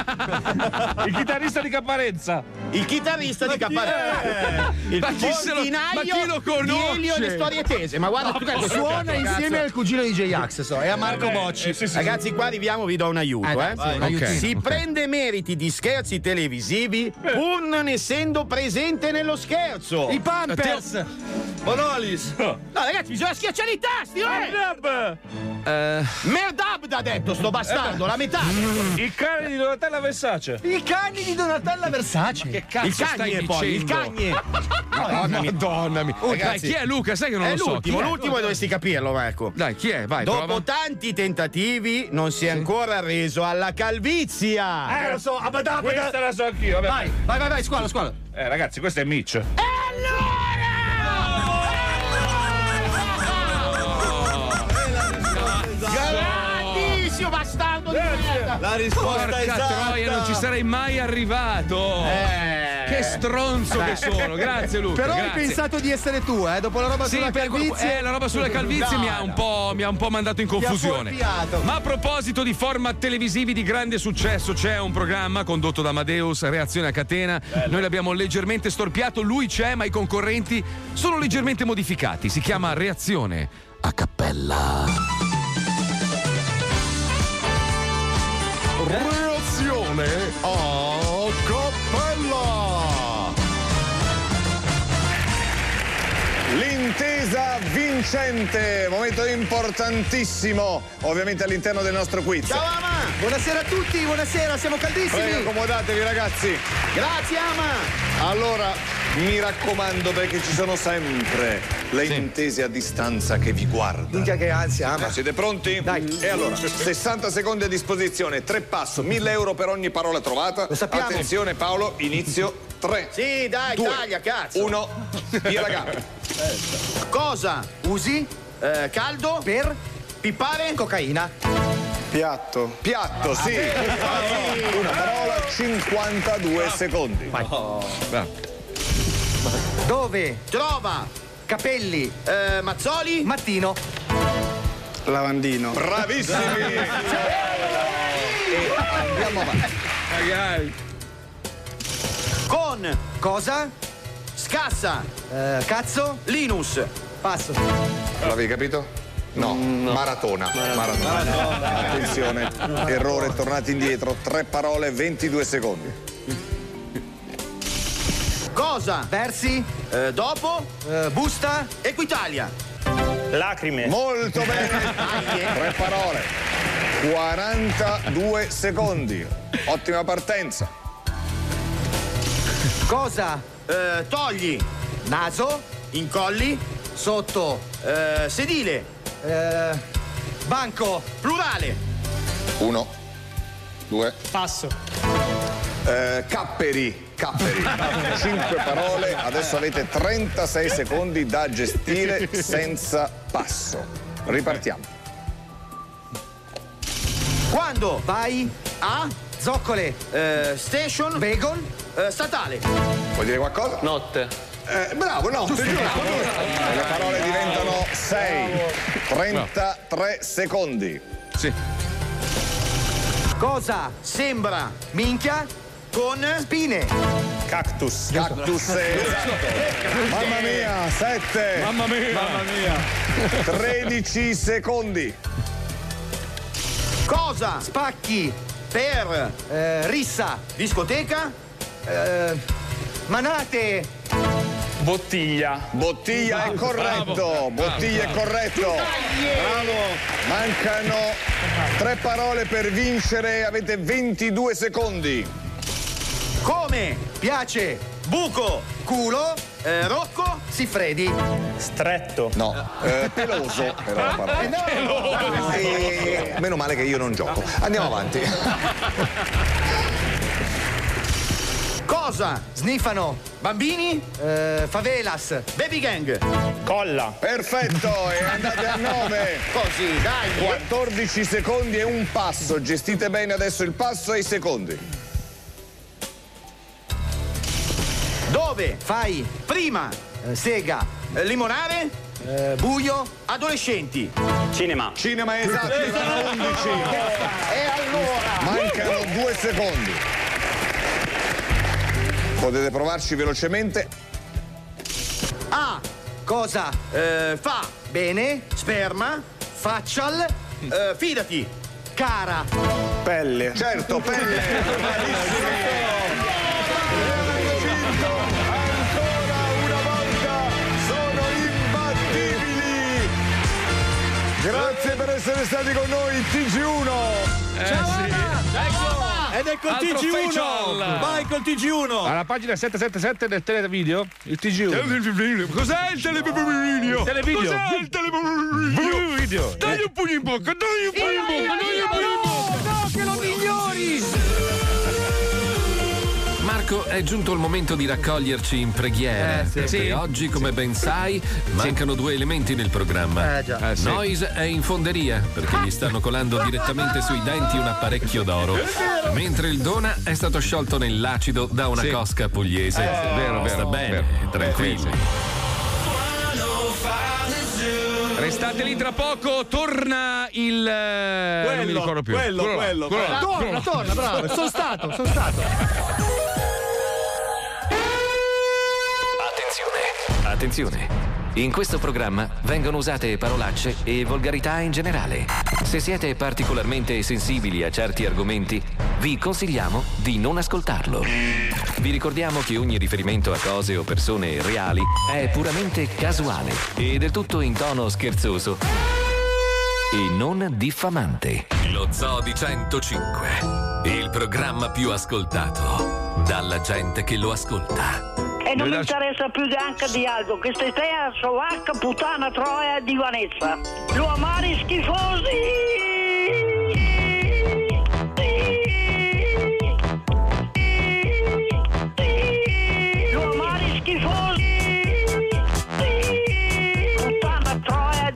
Il chitarrista di Caparenza. Il chitarrista di Caparenza. Il Ma chi lo conosce? di Elio e le storie tese. Ma guarda, tu che Suona insieme al cugino di J-Ax, e a Marco Bocci. Ragazzi, qua arriviamo, vi do un aiuto. Dai, sì, un aiutino. Si prende meriti di scherzi televisivi pur non essendo presente nello scherzo. I Pampers. Bonolis. No, ragazzi, bisogna schiacciare i tasti, Abdab! Merdab! ha detto sto bastardo, la metà. I cani di Donatella Versace. I cani di Donatella Versace. Che cazzo Il stai cagne poi, il dicendo? cagne. Madonna mia. Dai, Ragazzi, chi è Luca? Sai che non è lo so. l'ultimo, Chi è? l'ultimo dovresti capirlo, Marco. Dai, chi è? Vai, Dopo prova. tanti tentativi non si è ancora reso alla calvizia. Lo so, Questa la so anch'io. Vabbè. Vai, squalo. Ragazzi, questo è Mitch. Grandissimo bastardo di merda. La risposta Porca esatta. troia, non ci sarei mai arrivato. Che stronzo che sono. Grazie Luca. Però hai grazie. pensato di essere tu, dopo la roba Sì, sulla calvizie. la roba sulle calvizie mi ha un po' mandato in confusione. fuorviato. Ma a proposito di format televisivi di grande successo, c'è un programma condotto da Amadeus, Reazione a catena. Noi l'abbiamo leggermente storpiato, lui c'è, ma i concorrenti sono leggermente modificati. Si chiama Reazione a cappella. Reazione a cappella. L'intesa vincente, momento importantissimo, ovviamente all'interno del nostro quiz. Ciao Ama. Buonasera a tutti, buonasera, siamo caldissimi. Prego, accomodatevi ragazzi. Grazie Ama. Allora, mi raccomando perché ci sono sempre le intese a distanza che vi guardano. Minchia che ansia, ama. Siete pronti? Dai. E allora, 60 secondi a disposizione, 3 passo, 1.000 euro per ogni parola trovata. Lo sappiamo. Attenzione Paolo, inizio. 3. Sì, dai, 2, taglia, cazzo. 1, via la gara. Cosa Usi caldo per pippare? cocaina. Piatto, sì. Una parola, 52 secondi. Vai. Dove? Trova Capelli. Mazzoli? Mattino. Lavandino. Bravissimi. E andiamo avanti. Magari. Con Cosa? scassa Cazzo. Linus. Passo. L'avevi capito? No, maratona. Attenzione, errore, tornati indietro. 3 parole, 22 secondi. Cosa Versi. dopo Busta. Equitalia. Lacrime. Molto bene. 3 parole, 42 secondi. Ottima partenza. Cosa? Togli Naso. Incolli. Sotto. Sedile. Banco. Plurale. 1, 2. Passo. Capperi. 5 parole, adesso avete 36 secondi da gestire senza passo. Ripartiamo. Quando vai a zoccole, station, Vegon, statale. Vuoi dire qualcosa? Notte. Bravo, no, le parole diventano 6. 33 secondi. Sì. Cosa sembra minchia con spine? Cactus, esatto. Mamma mia, 7. Mamma mia. 13 secondi. Cosa spacchi per rissa, discoteca, manate, Bottiglia. Bottiglia è corretto. Bravo. Bottiglia è corretto. Bravo. Mancano 3 parole per vincere. Avete 22 secondi. come piace, buco, culo, Rocco, Siffredi. Stretto. No, peloso però la parola. E meno male che io non gioco. Andiamo avanti. Cosa sniffano bambini, favelas, baby gang, Colla. Perfetto, e andate a 9. Così, dai. 14 secondi e un passo. Gestite bene adesso il passo e i secondi. Dove fai prima sega, limonare, buio, adolescenti, Cinema. Cinema esatto, sono 11. E allora Mancano 2 secondi. Potete provarci velocemente. A cosa fa bene, sperma, faccial, fidati, cara, Pelle. Certo, pelle. Ancora una volta sono imbattibili. Grazie per essere stati con noi, TG1. Ciao, ed ecco il Altro TG1. facial. Vai col TG1. Alla pagina 777 del televideo, il TG1. Cos'è il televideo? Televideo. Cos'è il televideo? Dai un pugno in bocca, dai un pugno in bocca, dai un pugno in bocca. No, che lo migliori! Marco, è giunto il momento di raccoglierci in preghiera. Perché oggi, come ben sai, mancano due elementi nel programma. Noise è in fonderia perché gli stanno colando direttamente sui denti un apparecchio d'oro. Mentre il Dona è stato sciolto nell'acido da una cosca pugliese. Sta bene, tranquillo. Restate lì tra poco, torna il. Non mi ricordo più. Quello. Torna, bravo. Sono stato. Attenzione! In questo programma vengono usate parolacce e volgarità in generale. Se siete particolarmente sensibili a certi argomenti, vi consigliamo di non ascoltarlo. Vi ricordiamo che ogni riferimento a cose o persone reali è puramente casuale e del tutto in tono scherzoso e non diffamante. Lo Zoo di 105, il programma più ascoltato dalla gente che lo ascolta. E non mi interessa più neanche di altro, che stai te a Slovacca, puttana, troia, divanezza. Lo amari schifosi! Lo amari schifosi! Puttana, troia,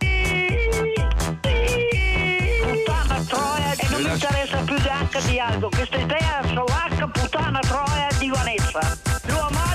puttana, troia. E non mi interessa più neanche di altro, che stai te a Slovacca, puttana, troia, divanezza. Lo amari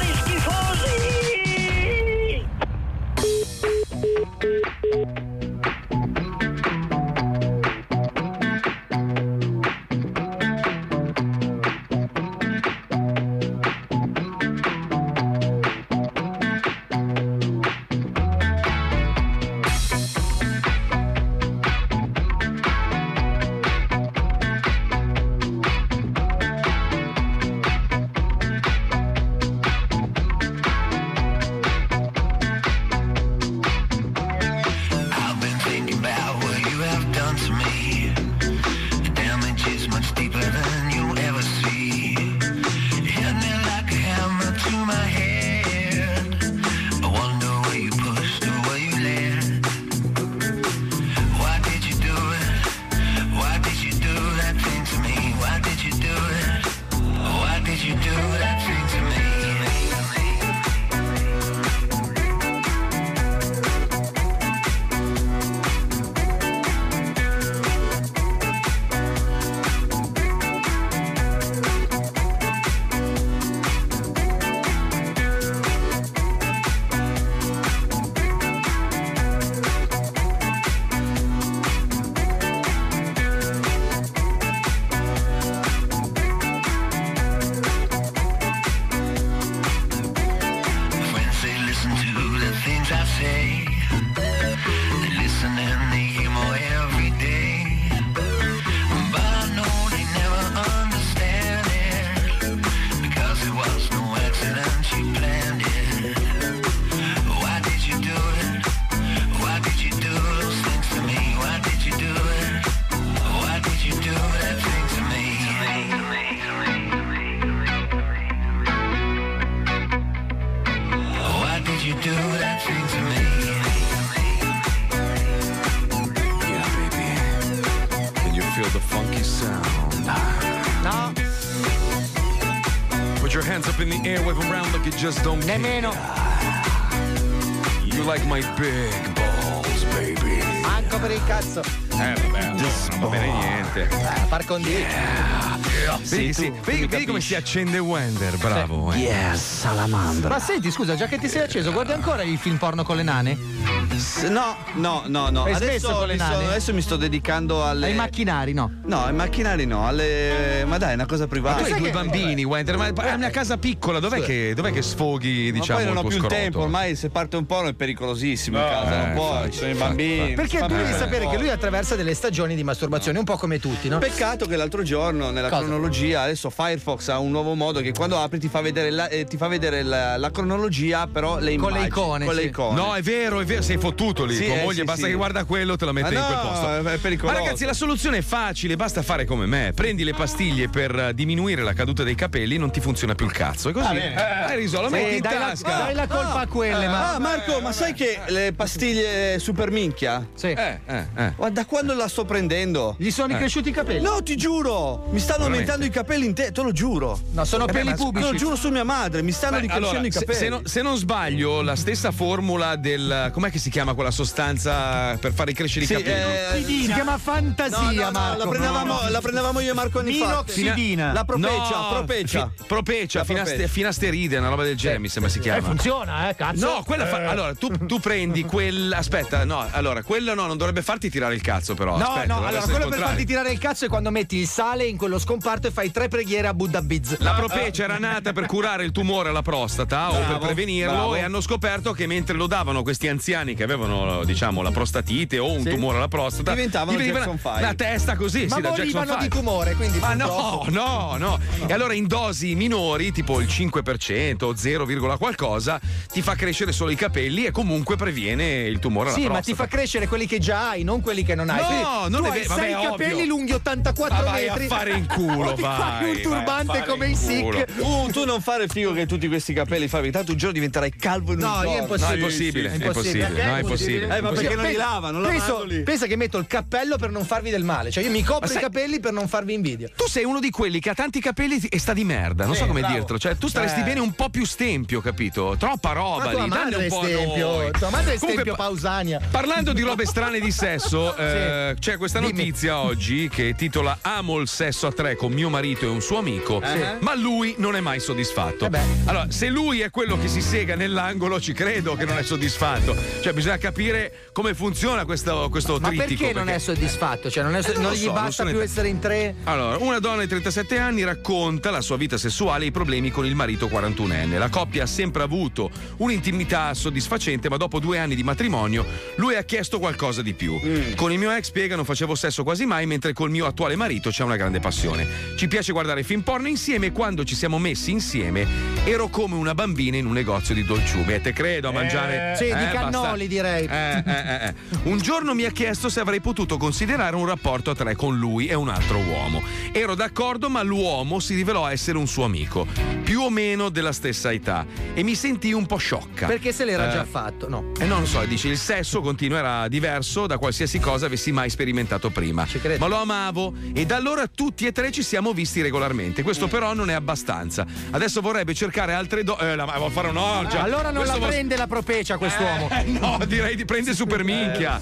Just don't nemmeno You like my big balls, baby. Manco per il cazzo. Vabbè, non va bene niente. Par condicio. Sì. Vedi come si accende Wender, bravo. Yes, salamandra. Ma senti, scusa, già che ti sei acceso, guardi ancora i film porno con le nane? No. Hai smesso con le nane? Adesso mi sto dedicando ai macchinari, no? No, ai macchinari no, ma dai, è una cosa privata. Ma tu hai due bambini, Wender, ma è una casa piccola, dov'è che sfoghi, diciamo, ma poi non ho più il scroto? tempo, ormai se parte un porno è pericolosissimo in casa, non può, ci sono i bambini. Perché tu devi sapere che lui attraversa diversa delle stagioni di masturbazione, un po' come tutti, no? Peccato che l'altro giorno nella cronologia, adesso Firefox ha un nuovo modo che quando apri ti fa vedere la cronologia, però le immagini con le icone. No, è vero, sei fottuto lì. Sì, Tua moglie basta che guarda quello, te la mette in quel posto. È pericoloso. Ma ragazzi, la soluzione è facile, basta fare come me. Prendi le pastiglie per diminuire la caduta dei capelli, non ti funziona più il cazzo. E così hai risolto, metti in tasca. Dai la colpa a quelle, Marco, ma sai che le pastiglie super minchia? Sì. Da quando la sto prendendo? Gli sono cresciuti i capelli? No, ti giuro! Mi stanno aumentando i capelli in te lo giuro. No, sono peli pubici. Te lo giuro su mia madre, mi stanno ricrescendo i capelli. Se non sbaglio, la stessa formula del. Com'è che si chiama quella sostanza per fare crescere i capelli? Si chiama fantasia, Marco. La prendevamo io e Marco anni fa. Minoxidina. La propecia. Finasteride, una roba del genere, mi sembra si chiama. Funziona, cazzo. No, quella allora tu prendi quella. Aspetta, no, allora quello no, non dovrebbe farti tirare il cazzo, però. No, aspetta, allora quello per farti tirare il cazzo è quando metti il sale in quello scomparto e fai 3 preghiere a Buddha Biz. La propecia era nata per curare il tumore alla prostata o per prevenirlo e hanno scoperto che mentre lo davano questi anziani che avevano, diciamo, la prostatite o un tumore alla prostata, diventavano Jackson 5. La testa così, ma da Jackson 5. di tumore, quindi no. E allora in dosi minori, tipo il 5% o 0, qualcosa, ti fa crescere solo i capelli e comunque previene il tumore alla prostata. Sì, ma ti fa crescere quelli che già hai, non quelli che non hai. No, non tu è vero. Hai 6 capelli lunghi 84 metri. Vai a fare in culo, fai un turbante come i Sikh. Tu non fare il figo che tutti questi capelli fai, tanto un giorno diventerai calvo in un giorno. No, è impossibile. No, è impossibile. No, è impossibile. Ma perché non li lavano? Pensa che metto il cappello per non farvi del male. Cioè io mi copro i capelli per non farvi invidia. Tu sei uno di quelli che ha tanti capelli e sta di merda. Non so come dirtelo. Cioè tu staresti bene un po' più stempio, capito? Troppa roba lì. Danne un po' a noi. Tua madre è stempio Pausania. Parlando di robe strane di sesso, c'è questa notizia oggi che titola "Amo il sesso a 3 con mio marito e un suo amico, ma lui non è mai soddisfatto". Allora, se lui è quello che si sega nell'angolo, ci credo che non è soddisfatto. Cioè bisogna capire come funziona questo trittico. Ma perché non è soddisfatto? Cioè non gli basta più essere in 3? Allora, una donna di 37 anni racconta la sua vita sessuale e i problemi con il marito 41enne. La coppia ha sempre avuto un'intimità soddisfacente, ma dopo 2 anni di matrimonio lui ha chiesto qualcosa di più. Con il mio ex, spiega, non facevo sesso quasi mai, mentre col mio attuale marito c'è una grande passione. Ci piace guardare film porno insieme e quando ci siamo messi insieme ero come una bambina in un negozio di dolciumi. E te credo a mangiare. Sì, di cannoli direi. Un giorno mi ha chiesto se avrei potuto considerare un rapporto a 3 con lui e un altro uomo. Ero d'accordo, ma l'uomo si rivelò essere un suo amico, più o meno della stessa età, e mi sentii un po' sciocca. Perché se l'era già fatto? No. Non lo so, dice il sesso continuo era diverso da qualsiasi cosa avessi mai sperimentato prima. Ma lo amavo e da allora tutti e 3 ci siamo visti regolarmente. Questo però non è abbastanza. Adesso vorrebbe cercare altre donne. Devo fare un'orgia. Allora non la prende la propecia quest'uomo. No, direi di prendere Superminchia.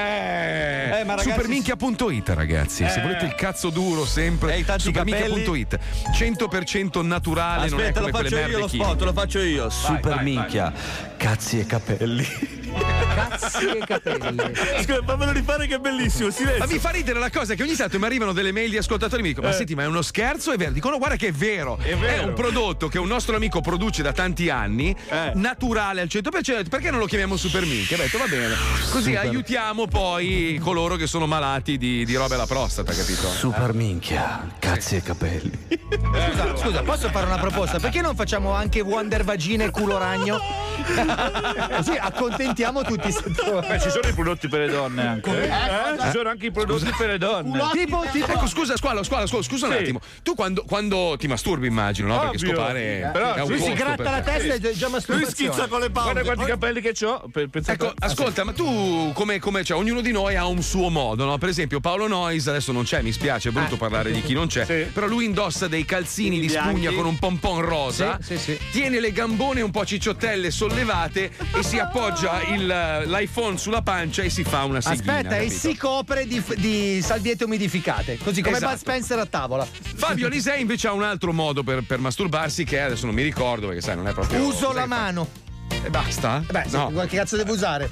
Ma ragazzi, Superminchia.it, ragazzi. Se volete il cazzo duro sempre, Superminchia.it. 100% naturale. Aspetta, non è come lo faccio io lo spot, lo faccio io. Superminchia, cazzi e capelli. Cazzi e capelli. Scusa, fammelo rifare che è bellissimo. Silenzio. Ma mi fa ridere la cosa che ogni tanto mi arrivano delle mail di ascoltatori e mi dicono: ma senti, ma è uno scherzo? È vero? Dicono: guarda che è vero. È un prodotto che un nostro amico produce da tanti anni, naturale al 100%. Perché non lo chiamiamo Superminchia? Ho detto va bene. Così aiutiamo poi coloro che sono malati di robe alla prostata, capito? Superminchia, cazzi e capelli. Scusa, posso fare una proposta? Perché non facciamo anche Wonder Vagina e culo ragno? Così accontentiamo tutti i settori. Ci sono i prodotti per le donne anche. Ci sono anche i prodotti per le donne. Tipo? Ecco, scusa, squalo, scusa un attimo. Tu quando ti masturbi, immagino, no? Perché scopare però è un lui si costo gratta la testa e già masturbazione. Lui schizza con le palle. Guarda quanti capelli che ho. Ecco, ascolta, ma tu come cioè, ognuno di noi ha un suo modo, no? Per esempio Paolo Noyes adesso non c'è, mi spiace, è brutto parlare di chi non c'è, però lui indossa dei calzini di spugna con un pompon rosa, tiene le gambone un po' cicciottelle sollevate e si appoggia l'iPhone sulla pancia e si fa una siglina. Aspetta, capito? E si copre di salviette umidificate, così come Bud Spencer a tavola. Fabio Alisei invece ha un altro modo per masturbarsi che adesso non mi ricordo perché sai non è proprio. Uso la mano. E basta? Beh, no. Che cazzo devo usare?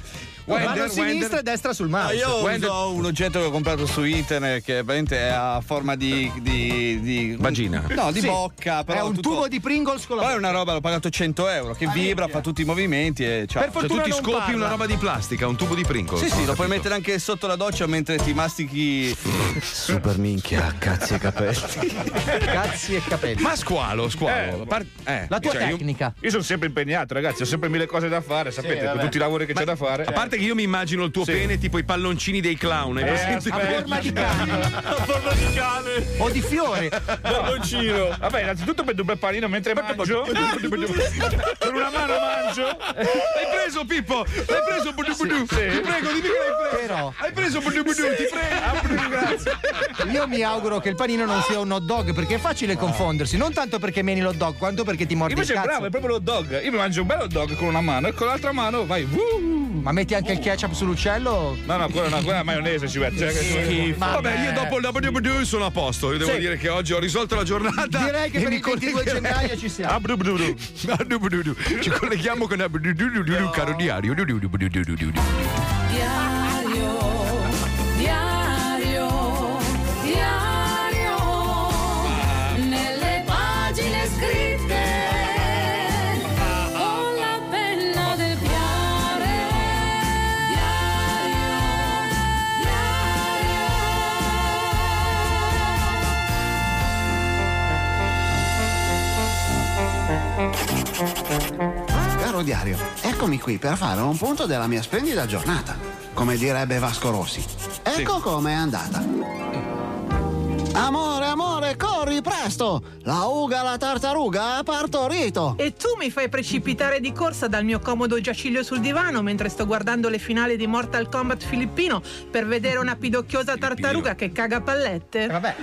Vado a sinistra e destra sul mouse. Io uso un oggetto che ho comprato su internet che veramente è a forma di vagina. No, di bocca. Però è un tubo di Pringles con la Poi è una roba, l'ho pagato 100 euro, che vibra, fa tutti i movimenti e ciao. Per fortuna tu ti scopi una roba di plastica, un tubo di Pringles. Sì, lo puoi mettere anche sotto la doccia mentre ti mastichi. Super minchia, cazzi e capelli. Cazzi e capelli. Ma squalo. La tua tecnica. Io sono sempre impegnato, ragazzi, ho sempre mille cose da fare, sapete, con tutti i lavori che c'è da fare. A parte che io mi immagino il tuo pene tipo i palloncini dei clown. A forma di cane. A forma di cane. O di fiore. Palloncino. Vabbè, innanzitutto prendo un bel panino mentre mangio. Con una mano mangio. L'hai preso, Pippo? L'hai preso, Budu Budu? Sì. Ti prego, dimmi che l'hai preso. Però. Hai preso Budu Budu, ti prego. Grazie. Io mi auguro che il panino non sia un hot dog, perché è facile confondersi. Non tanto perché meni l'hot dog, quanto perché ti mordi il Invece cazzo. bravo, è proprio l'hot dog. Io mi mangio un bel hot dog con una mano e con l'altra mano vai. Ma metti anche il ketchup sull'uccello? No, quella è maionese ci mette. Vabbè, io dopo il Budu Budu sono a posto. Io devo dire che oggi ho risolto la giornata. Direi che per il 22 gennaio ci siamo. Ci colleghiamo con Abdudududu, caro diario. Diario, nelle pagine scritte con la penna del diario. Caro diario, eccomi qui per fare un punto della mia splendida giornata. Come direbbe Vasco Rossi. Ecco com'è andata. Amore, corri presto! La uga la tartaruga ha partorito! E tu mi fai precipitare di corsa dal mio comodo giaciglio sul divano mentre sto guardando le finali di Mortal Kombat filippino per vedere una pidocchiosa tartaruga che caga pallette? Vabbè.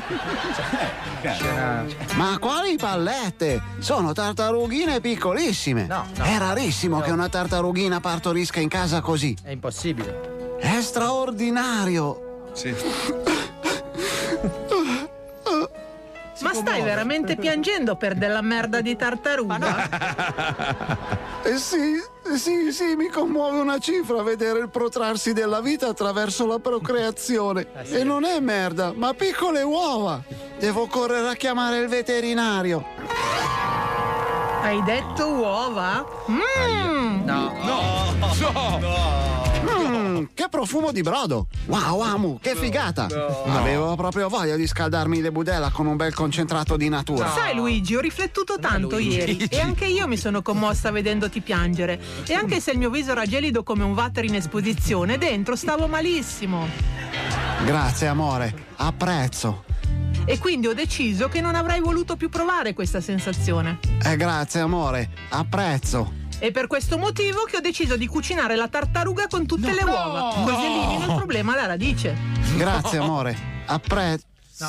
Ma quali pallette? Sono tartarughine piccolissime. No. È rarissimo che una tartarughina partorisca in casa così. È impossibile. È straordinario. Sì. Ma stai veramente piangendo per della merda di tartaruga? Sì, mi commuove una cifra vedere il protrarsi della vita attraverso la procreazione. Sì. E non è merda, ma piccole uova. Devo correre a chiamare il veterinario. Hai detto uova? Che profumo di brodo! Wow, Amu, che figata! Avevo proprio voglia di scaldarmi le budella con un bel concentrato di natura. Sai Luigi, ho riflettuto tanto ieri e anche io mi sono commossa vedendoti piangere. E anche se il mio viso era gelido come un water in esposizione, dentro stavo malissimo. Grazie amore, apprezzo. E quindi ho deciso che non avrei voluto più provare questa sensazione. Grazie amore, apprezzo. E per questo motivo che ho deciso di cucinare la tartaruga con tutte le uova, così elimino il problema alla radice. Grazie amore, apprezzo.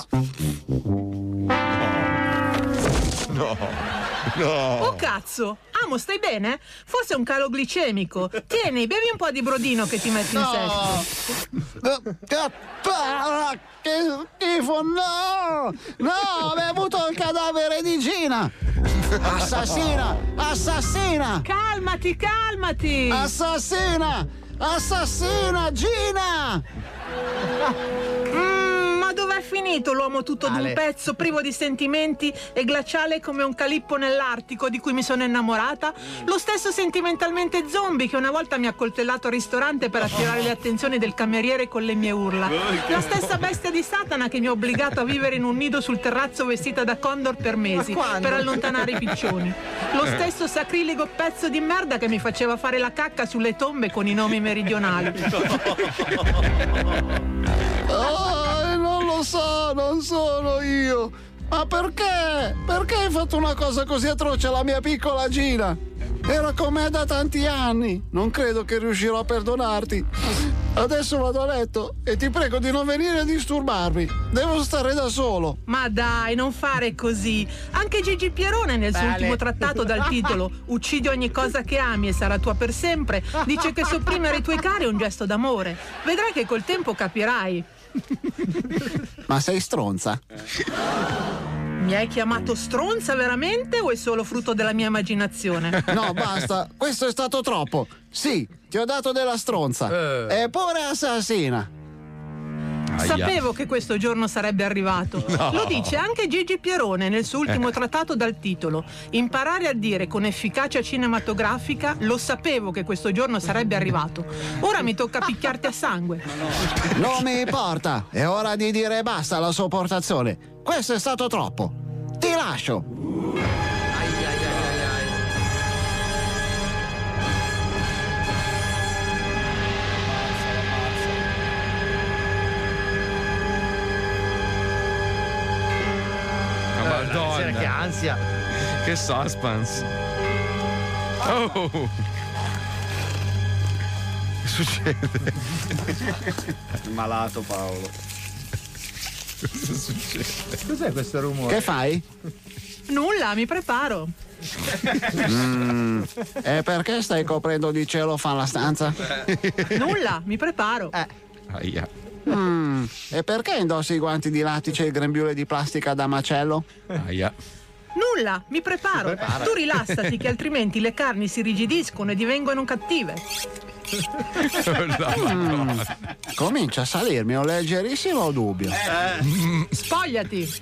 No. Oh cazzo! Amo, stai bene? Forse è un calo glicemico. Tieni, bevi un po' di brodino che ti metti in sesto. Che schifo, no! No, ho bevuto il cadavere di Gina! Assassina! Assassina! Calmati! Assassina! Assassina, Gina! Ma dov'è finito l'uomo tutto d'un pezzo, privo di sentimenti e glaciale come un calippo nell'Artico di cui mi sono innamorata? Lo stesso sentimentalmente zombie che una volta mi ha coltellato al ristorante per attirare le attenzioni del cameriere con le mie urla. La stessa bestia di Satana che mi ha obbligato a vivere in un nido sul terrazzo vestita da condor per mesi per allontanare i piccioni. Lo stesso sacriligo pezzo di merda che mi faceva fare la cacca sulle tombe con i nomi meridionali. Non lo so, non sono io. Ma perché? Perché hai fatto una cosa così atroce alla mia piccola Gina? Era con me da tanti anni. Non credo che riuscirò a perdonarti. Adesso vado a letto e ti prego di non venire a disturbarmi. Devo stare da solo. Ma dai, non fare così. Anche Gigi Pierone nel suo ultimo trattato dal titolo Uccidi ogni cosa che ami e sarà tua per sempre dice che sopprimere i tuoi cari è un gesto d'amore. Vedrai che col tempo capirai. Ma sei stronza? Mi hai chiamato stronza veramente o è solo frutto della mia immaginazione? No, basta, questo è stato troppo. Sì, ti ho dato della stronza. E pure assassina. Sapevo che questo giorno sarebbe arrivato. No. Lo dice anche Gigi Pierone nel suo ultimo trattato dal titolo Imparare a dire con efficacia cinematografica lo sapevo che questo giorno sarebbe arrivato. Ora mi tocca picchiarti a sangue. Non mi importa, è ora di dire basta alla sopportazione. Questo è stato troppo. Ti lascio. Madonna, che ansia. Che suspense. Oh. Che succede? Malato Paolo. Cosa succede? Cos'è questo rumore? Che fai? Nulla, mi preparo. E perché stai coprendo di celofan la stanza? Nulla, mi preparo. Aia. E perché indossi i guanti di lattice e il grembiule di plastica da macello? Aia. Nulla, mi preparo. Tu rilassati che altrimenti le carni si irrigidiscono e divengono cattive. Comincia a salirmi un leggerissimo dubbio. Spogliati.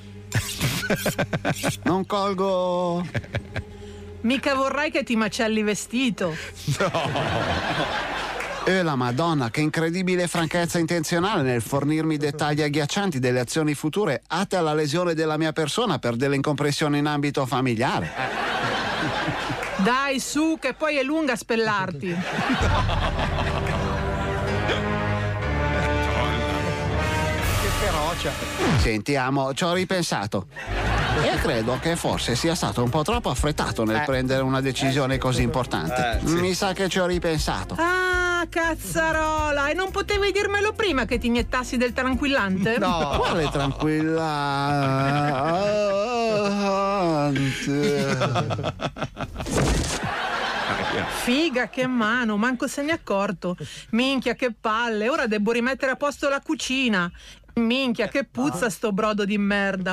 Non colgo. Mica vorrai che ti macelli vestito. La Madonna, che incredibile franchezza intenzionale nel fornirmi dettagli agghiaccianti delle azioni future atte alla lesione della mia persona per delle incompressioni in ambito familiare. Dai, su, che poi è lunga a spellarti. Che ferocia. Senti, amo, ci ho ripensato. E credo che forse sia stato un po' troppo affrettato nel prendere una decisione così importante. Sì. Mi sa che ci ho ripensato. Ah, cazzarola! E non potevi dirmelo prima che ti iniettassi del tranquillante? No, quale tranquillante? Figa, che mano, manco se ne è accorto. Minchia, che palle, ora devo rimettere a posto la cucina. Minchia, che puzza sto brodo di merda.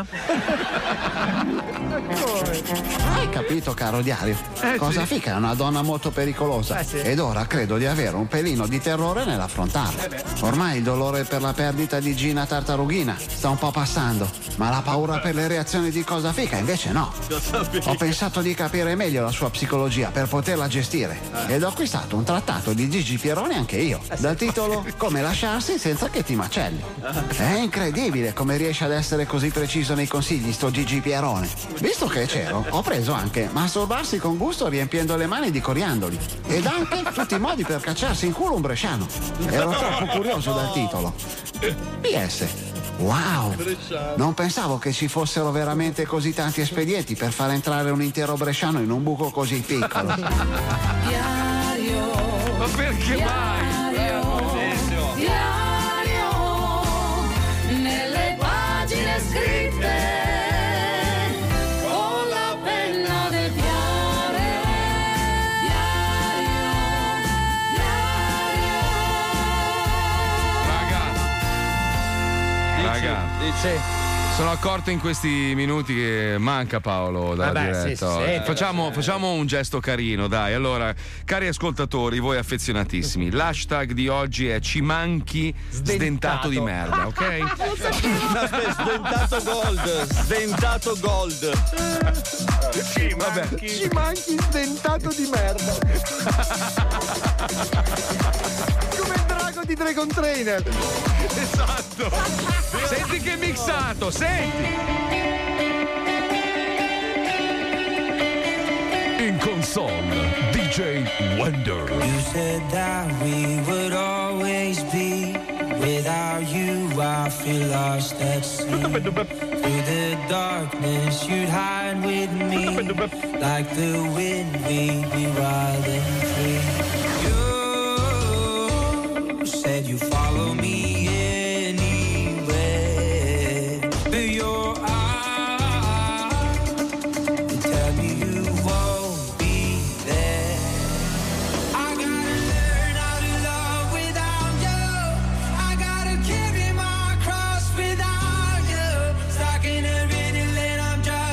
Hai capito, caro diario? Cosa sì. fica è una donna molto pericolosa. Sì. Ed ora credo di avere un pelino di terrore nell'affrontarla. Ormai il dolore per la perdita di Gina Tartarughina sta un po' passando, ma la paura per le reazioni di Cosa fica invece no. Ho pensato di capire meglio la sua psicologia per poterla gestire ed ho acquistato un trattato di Gigi Pierone anche io, dal titolo Come lasciarsi senza che ti macelli. È incredibile come riesce ad essere così preciso nei consigli sto Gigi Pierone. Visto che c'ero, ho preso anche masturbarsi con gusto riempiendo le mani di coriandoli ed anche tutti i modi per cacciarsi in culo un bresciano. Ero troppo curioso dal titolo. PS. Wow! Non pensavo che ci fossero veramente così tanti espedienti per far entrare un intero bresciano in un buco così piccolo. Ma perché mai? Nelle pagine scritte con la penna del diario. Raga, sono accorto in questi minuti che manca Paolo dalla diretta. Facciamo un gesto carino, dai. Allora, cari ascoltatori, voi affezionatissimi, l'hashtag di oggi è ci manchi sdentato di merda, ok? Sdentato gold. Sdentato gold. Ci manchi sdentato di merda. Come il drago di Dragon Trainer. Esatto. Senti che mixato, senti. In console, DJ Wonder. You said that we would always be. Without you, I feel lost at sea. Through the darkness, you'd hide with me. Like the wind, we'd be wild and free. You said you follow me anywhere. But your eyes tell me you won't be there. I gotta learn how to love without you. I gotta carry my cross without you. Stuck in a riddle and I'm driving.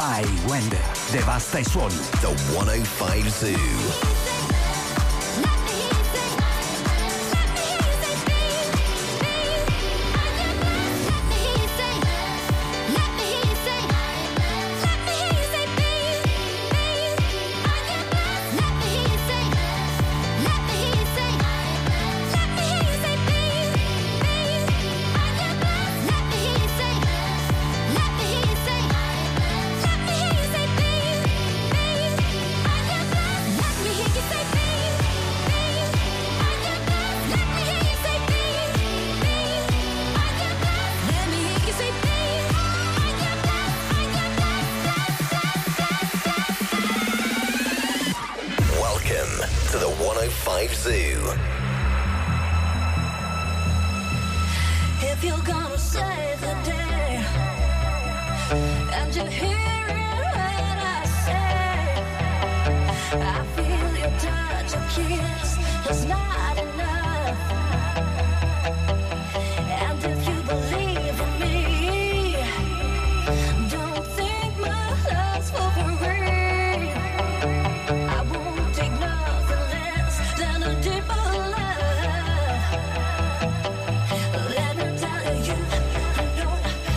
Vai, Wender, devasta i suoni. The 105 Zoo. To the 105 Zoo. If you're gonna save the day and you're hearing what I say, I feel your touch, your kiss is not enough. And if you believe in me, don't think my love's for free. I won't take nothing less than a deeper love. Let me tell you, I know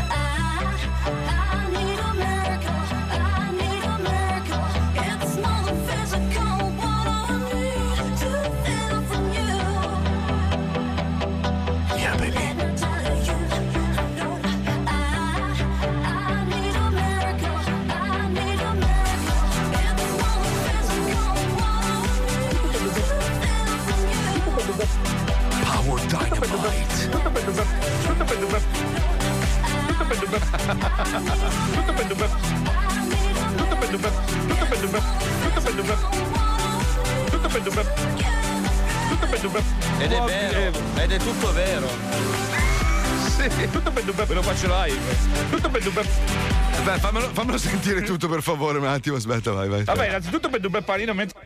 I need a miracle. I need a miracle. It's more than physical. What I need to feel from you. Yeah, baby. Let me tell you, I know I need a miracle. I need a miracle. It's more than physical. What I need to feel from you. Power Dynamite. Ed è vero, ed è tutto vero. Sì, tutto me lo faccio live. Tutto Beh, fammelo sentire tutto per favore un attimo, aspetta, vai. Vabbè, innanzitutto per un panino mentre.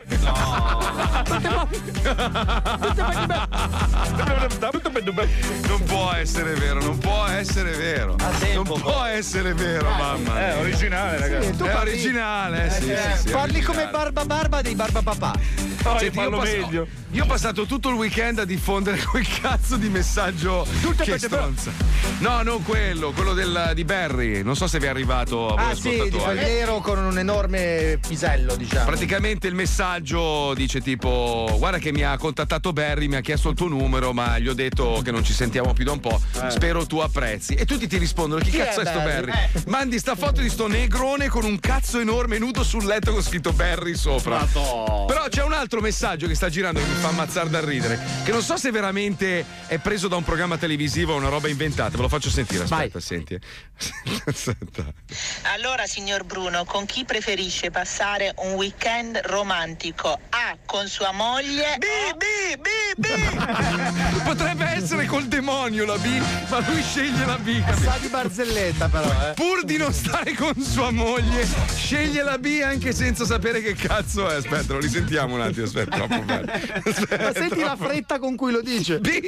Non può essere vero, non può essere vero. Non può essere vero, mamma. È originale, ragazzi. Sì, è originale, sì. Parli come Barba dei Barbapapà. Senti, io ho passato tutto il weekend a diffondere quel cazzo di messaggio che stronza. No, non quello di Barry. Non so se vi è arrivato a voi sì, di quel nero con un enorme pisello, diciamo. Praticamente il messaggio dice tipo: guarda che mi ha contattato Barry, mi ha chiesto il tuo numero, ma gli ho detto che non ci sentiamo più da un po'. Spero tu apprezzi. E tutti ti rispondono: chi cazzo è sto Barry? Mandi sta foto di sto negrone con un cazzo enorme nudo sul letto con scritto Barry sopra. Però c'è un altro messaggio che sta girando che mi fa ammazzare da ridere, che non so se veramente è preso da un programma televisivo o una roba inventata. Ve lo faccio sentire, aspetta, senti. Aspetta. Allora, signor Bruno, con chi preferisce passare un weekend romantico? A, con sua moglie. B. Potrebbe essere col demonio la B, ma lui sceglie la B. Sa di barzelletta, però. Pur di non stare con sua moglie, sceglie la B anche senza sapere che cazzo è. Aspetta, lo risentiamo un attimo. Aspetta, troppo bello. Ma senti la fretta con cui lo dice. B.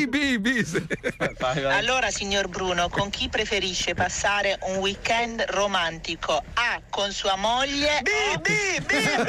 Allora, signor Bruno, con chi preferisce passare un weekend romantico? A, con sua moglie. B.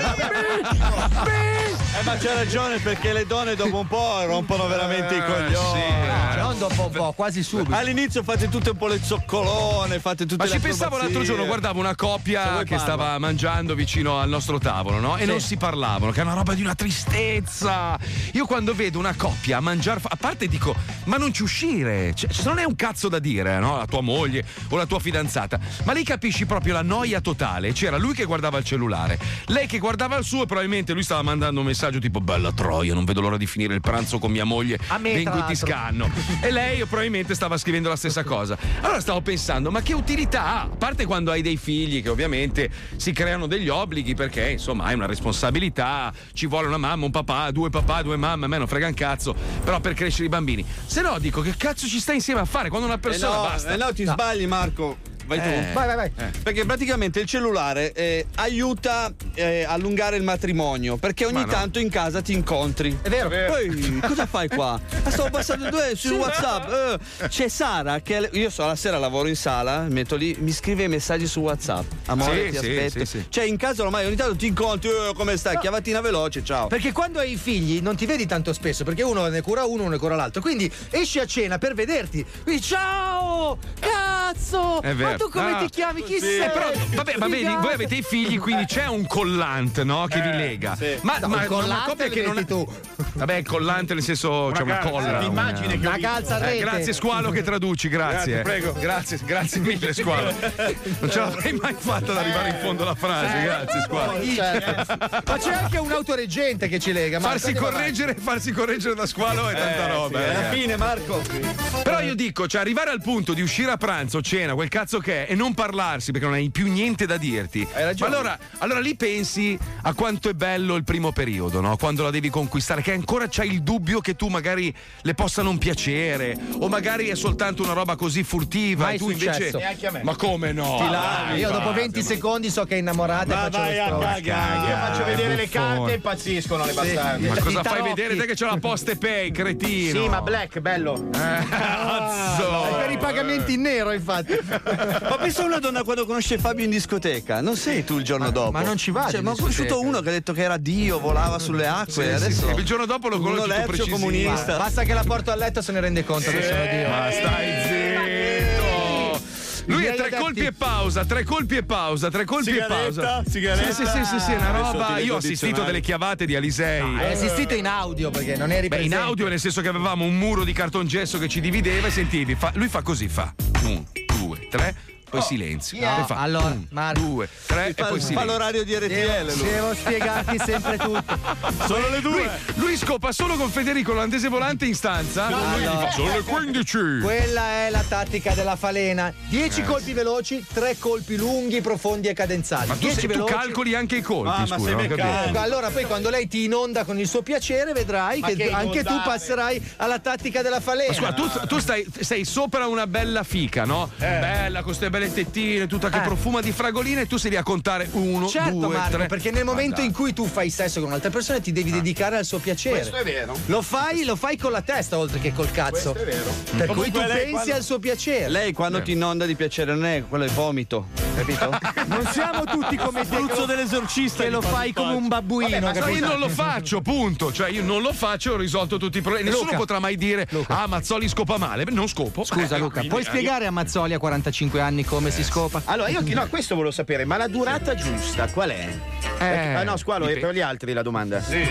Ma c'ha ragione, perché le donne dopo un po' rompono veramente i coglioni. Non dopo un po', quasi subito. All'inizio fate tutte un po' le zoccolone, fate tutte ma le ci pensavo l'altro giorno, guardavo una coppia che stava mangiando vicino al nostro tavolo, no? E non si parlavano, che è una roba di una tristezza. Io quando vedo una coppia a mangiare, a parte dico, ma non ci uscire, cioè, non è un cazzo da dire, no? La tua moglie o la tua fidanzata, ma lì capisci proprio la noia totale. C'era lui che guardava il cellulare, lei che guardava il suo, e probabilmente lui stava mandando un messaggio tipo: bella troia, non vedo l'ora di finire il pranzo con mia moglie, vengo e ti scanno. E lei probabilmente stava scrivendo la stessa cosa. Allora stavo pensando, ma che utilità ha? A parte quando hai dei figli, che ovviamente si creano degli obblighi, perché insomma hai una responsabilità, ci vuole una mamma, un papà, due mamme, a me non frega un cazzo, però per crescere i bambini. Se no dico, che cazzo ci stai insieme a fare quando una persona basta? No, ti sbagli, Marco. Vai tu. Vai. Perché praticamente il cellulare aiuta a allungare il matrimonio, perché ogni tanto in casa ti incontri. È vero. Ehi, cosa fai qua? Stavo passando su WhatsApp. C'è Sara che io la sera lavoro in sala, metto lì, mi scrive messaggi su WhatsApp. Amore, ti aspetto. Sì. Cioè in casa ormai ogni tanto ti incontri, come stai? Chiavatina veloce, ciao. Perché quando hai i figli non ti vedi tanto spesso, perché uno ne cura uno ne cura l'altro. Quindi esci a cena per vederti. Quindi ciao! Cazzo! È vero. Ma tu come ti chiami? Chi sei? Però, vabbè, ma vedi, voi avete i figli, quindi c'è un collante, no? Che vi lega. Sì. Ma il collante coppia che non è tu. Vabbè, il collante nel senso c'è una colla. L'immagine che una calza a rete. Grazie Squalo che traduci, grazie. Prego. Grazie mille Squalo. Non ce l'avrei mai fatta ad arrivare in fondo alla frase, grazie Squalo. Ma c'è anche un autoreggente che ci lega. Farsi correggere da Squalo è tanta roba. Alla fine, Marco. Però io dico, cioè arrivare al punto di uscire a pranzo, cena, quel cazzo che è, e non parlarsi perché non hai più niente da dirti. Hai ragione. Ma allora lì pensi a quanto è bello il primo periodo, no? Quando la devi conquistare, che ancora c'hai il dubbio che tu magari le possa non piacere, o magari è soltanto una roba così furtiva. Mai e tu successo. invece. Neanche a me. Ma come no? Ti lavi. Io dopo 20 secondi so che è innamorata e faccio vai a cagare. Io faccio vedere le carte e impazziscono le bastarde. Ma cosa fai tarocchi. vedere? Te che c'è la Poste Pay, cretino. Sì, ma Black, bello. Cazzo. Per i pagamenti in nero, infatti. Ho visto una donna quando conosce Fabio in discoteca. Non sei tu il giorno dopo. Ma non ci vado. Cioè, ma ho conosciuto uno che ha detto che era Dio, volava sulle acque. Adesso Il giorno dopo lo conosco tutto preciso. comunista. Basta che la porto a letto se ne rende conto che sono Dio. Ma stai zitto. Lui è tre colpi e pausa. Sigaretta? Sì, è una roba. Adesso Io ho assistito delle chiavate di Alisei. Hai assistito in audio perché non eri presente. In audio nel senso che avevamo un muro di cartongesso che ci divideva e sentivi. Lui fa così, fa 1, 2, 3. Poi silenzio. Yeah. E fa Allora, 1, Marco, 2, 3 e poi silenzio. Fa l'orario di RTL. Devo spiegarti sempre tutto. Sono le 2. Lui scopa solo con Federico l'olandese volante in stanza. Lui gli fa, sono le 15. Quella è la tattica della falena. 10 colpi veloci, 3 colpi lunghi, profondi e cadenzati. Ma tu, 10 tu veloci. calcoli anche i colpi, ma scusa, sei non ho capito. meccanico. Allora poi quando lei ti inonda con il suo piacere vedrai che anche tu passerai alla tattica della falena. Ma scusa, tu sei sopra una bella fica, no? Bella, con queste belle tettine, tutta che profuma di fragoline e tu sei lì a contare 1, Certo, 2, Marco, 3. perché nel momento in cui tu fai sesso con un'altra persona ti devi dedicare al suo piacere. Questo è vero. Lo fai con la testa oltre che col cazzo. Questo è vero. Per cui Comunque tu lei pensi quando- al suo piacere. Lei quando ti inonda di piacere non è quello è vomito, capito? Non siamo tutti come te Fruzzo dell'esorcista che lo fai come un babbuino. Ma io capito? non lo faccio, punto. Cioè, io non lo faccio e ho risolto tutti i problemi. Nessuno Luca. potrà mai dire: Ah, Mazzoli scopa male. Beh, non scopo. Scusa, Luca, quindi, puoi spiegare a Mazzoli a 45 anni come si scopa? Allora, io no, questo volevo sapere, ma la durata giusta qual è? No, Squalo, è per gli altri la domanda. Sì.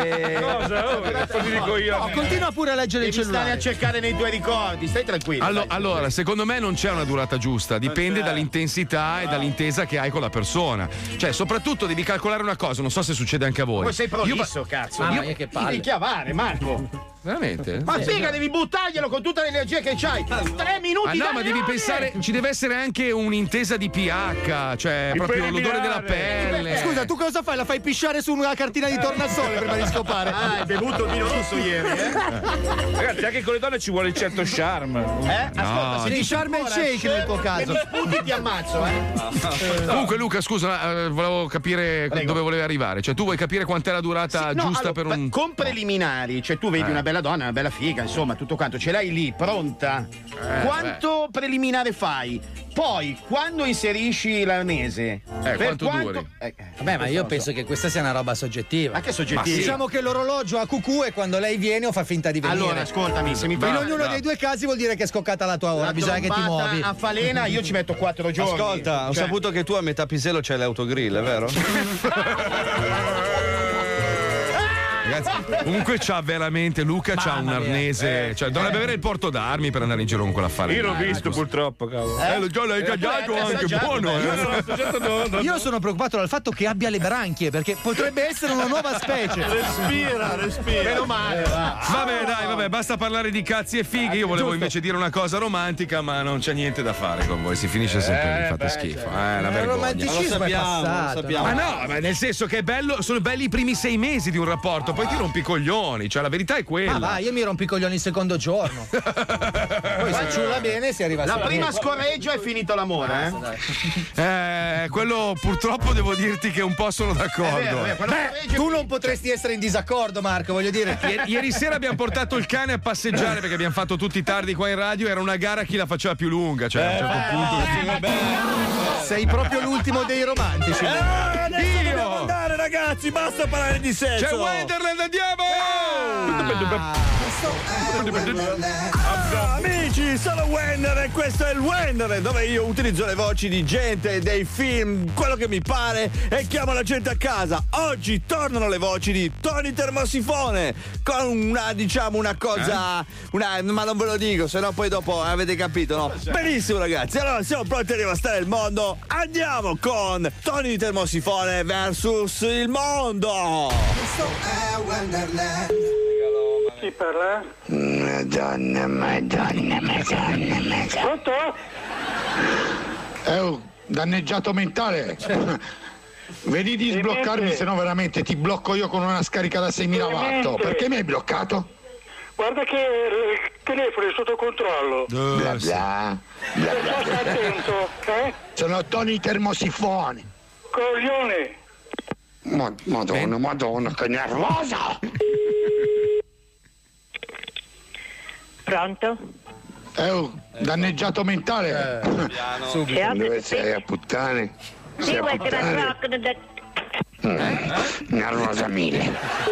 Cosa? Adesso ti dico io. No, continua pure a leggere il Devi stare cellulare. a cercare nei tuoi ricordi, stai tranquillo. Allora, secondo me non c'è una durata giusta, dipende dall'intensità e dall'intesa che hai con la persona. Cioè, soprattutto devi calcolare una cosa, non so se succede anche a voi. Poi sei prolisso, cazzo. Mamma mia, che palle. Devi chiavare, Marco. Veramente? Ma figa, devi buttarglielo con tutte le energie che c'hai. 3 minuti no, da ma devi leone. pensare, ci deve essere anche un'intesa di pH, cioè proprio l'odore della pelle. Scusa, tu cosa fai? La fai pisciare su una cartina di tornasole prima di scopare? Ah, hai bevuto il vino rosso ieri, Ragazzi, anche con le donne ci vuole un certo charme. Ascolta, se Di Sharm el Sheikh nel tuo caso. Se mi sputi ti ammazzo, Comunque, Luca, scusa, volevo capire dove volevi arrivare. Cioè, tu vuoi capire quant'è la durata giusta per un. Con preliminari, cioè tu vedi una bella donna, una bella figa, insomma, tutto quanto, ce l'hai lì, pronta. Quanto preliminare fai? Poi, quando inserisci l'arnese? quanto duri? Vabbè, ma io penso che questa sia una roba soggettiva. Ma che soggettiva? Diciamo che l'orologio ha cucù e quando lei viene o fa finta di venire. Allora, ascoltami, se mi fai in ognuno dei due casi vuol dire che è scoccata la tua ora, bisogna che ti muovi. A falena io ci metto 4 giorni. Ascolta, ho Cioè, saputo che tu a metà Pisello c'hai le autogrill, è vero? Ragazzi, comunque c'ha veramente Luca c'ha un arnese, cioè dovrebbe avere il porto d'armi per andare in giro con quell'affare. Io l'ho visto purtroppo, cavolo. Già l'hai cagato anche buono. Io sono preoccupato dal fatto che abbia le branchie, perché potrebbe essere una nuova specie. Respira. Meno male, va. Vabbè, basta parlare di cazzi e fighe. Io volevo invece dire una cosa romantica, ma non c'è niente da fare con voi. Si finisce sempre lì, fate schifo. Una Il vergogna. romanticismo è passato. Ma no, ma nel senso che è bello, sono belli i primi 6 mesi di un rapporto, poi ti rompi i coglioni, cioè la verità è quella. Ma va, io mi rompo i coglioni il secondo giorno. Poi Poi se ciulla bene si arriva a La sera. prima scorreggio è finito l'amore, Quello purtroppo devo dirti che un po' sono d'accordo. Tu non potresti essere in disaccordo, Marco, voglio dire. Ieri sera abbiamo portato il cane a passeggiare perché abbiamo fatto tutti tardi qua in radio. Era una gara chi la faceva più lunga. Cioè, a un certo punto. Sei proprio l'ultimo dei romantici. Adesso dobbiamo andare, ragazzi, basta parlare di sesso. C'è Wonderland, andiamo! Amici, sono Wender e questo è il Wender dove io utilizzo le voci di gente, dei film, quello che mi pare e chiamo la gente a casa. Oggi tornano le voci di Tony Termosifone con una cosa, ma non ve lo dico, sennò poi dopo avete capito, no? Benissimo ragazzi, allora siamo pronti a devastare il mondo. Andiamo con Tony di Termosifone versus il mondo. Questo è Wonderland. Chi parla? Madonna. Pronto? Danneggiato mentale. Vedi di sbloccarmi, se no veramente ti blocco io con una scarica da 6.000 watt. Perché mi hai bloccato? Guarda che il telefono è sotto controllo. Bla bla. Stai attento, Sono Tony Termosifone. Coglione. Madonna, che nervosa! Pronto? Danneggiato mentale. Dove sei a puttane? Sì, vuoi che la Nervosa mille.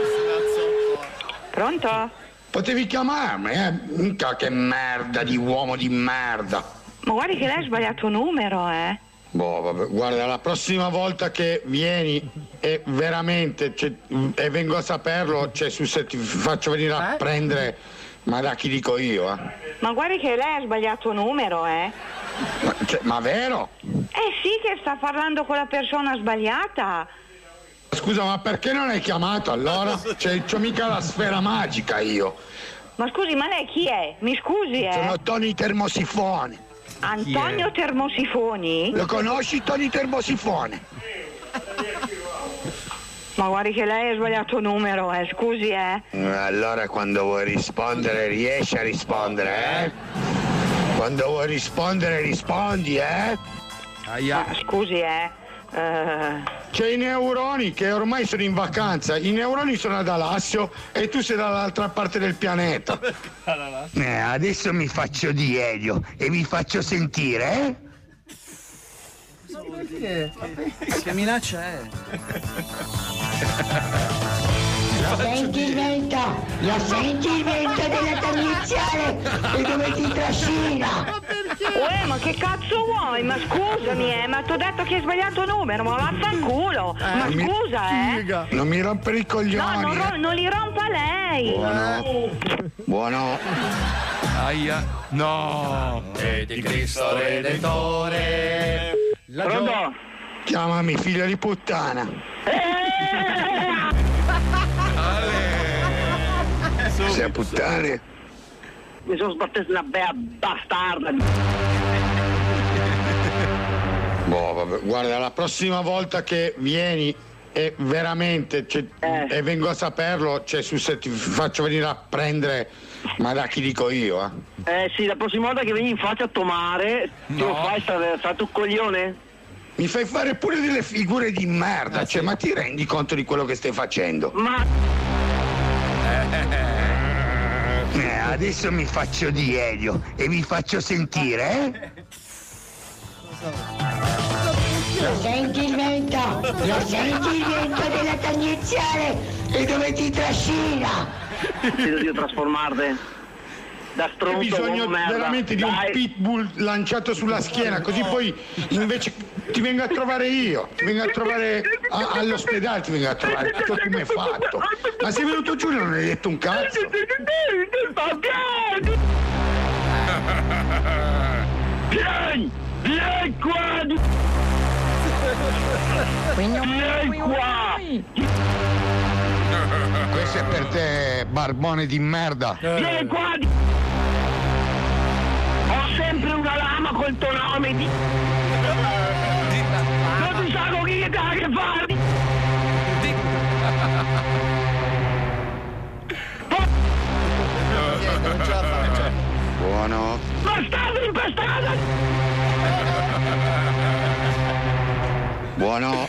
Pronto? Potevi chiamarmi, Minchia, che merda di uomo di merda. Ma guardi che lei ha sbagliato numero, Boh, vabbè, guarda, la prossima volta che vieni e veramente e vengo a saperlo, se ti faccio venire a prendere, ma da chi dico io, Ma guardi che lei ha sbagliato numero, Ma vero? Sì, che sta parlando con la persona sbagliata. Scusa, ma perché non hai chiamato allora? C'ho mica la sfera magica io. Ma scusi, ma lei chi è? Mi scusi, Sono Tony Termosifone. Antonio Termosifoni? Lo conosci Tony Termosifone? Ma guardi che lei ha sbagliato numero, scusi, Allora quando vuoi rispondere riesci a rispondere, Quando vuoi rispondere rispondi, Ma scusi, C'è i neuroni che ormai sono in vacanza, i neuroni sono ad Alassio e tu sei dall'altra parte del pianeta. Adesso mi faccio di Elio e vi faccio sentire, Che minaccia è? Senti il vento della tangenziale e dove ti trascina? ma che cazzo vuoi? Ma scusami, ma t'ho detto che hai sbagliato numero, ma vaffanculo! Ma scusa, Non mi rompere i coglioni. No, non li rompa lei! Buono. Aia. No. E di Cristo Redentore. Pronto? Chiamami figlio di puttana. Sei a puttane? Mi sono sbattuto una bella bastarda. Boh, vabbè, guarda, la prossima volta che vieni e veramente e vengo a saperlo, se ti faccio venire a prendere, ma da chi dico io, Sì, la prossima volta che vieni in faccia a tomare, tu lo fai stato un coglione? Mi fai fare pure delle figure di merda, ma ti rendi conto di quello che stai facendo? Adesso mi faccio di Elio e vi faccio sentire, Lo senti il vento della tangenziale e dove ti trascina? Decido di trasformarti da Ho stronzo bisogno uomo merda. veramente di un pitbull lanciato sulla schiena, così poi invece ti vengo a trovare io, ti vengo a trovare all'ospedale, ti vengo a trovare, tutto come hai fatto. Ma sei venuto giù e non hai detto un cazzo. Vieni qua! Vieni qua! Questo è per te, barbone di merda. Vieni qua! Ho sempre una lama col tuo nome di... Non ti sa con chi che ha a che fare! Buono. No! Buono.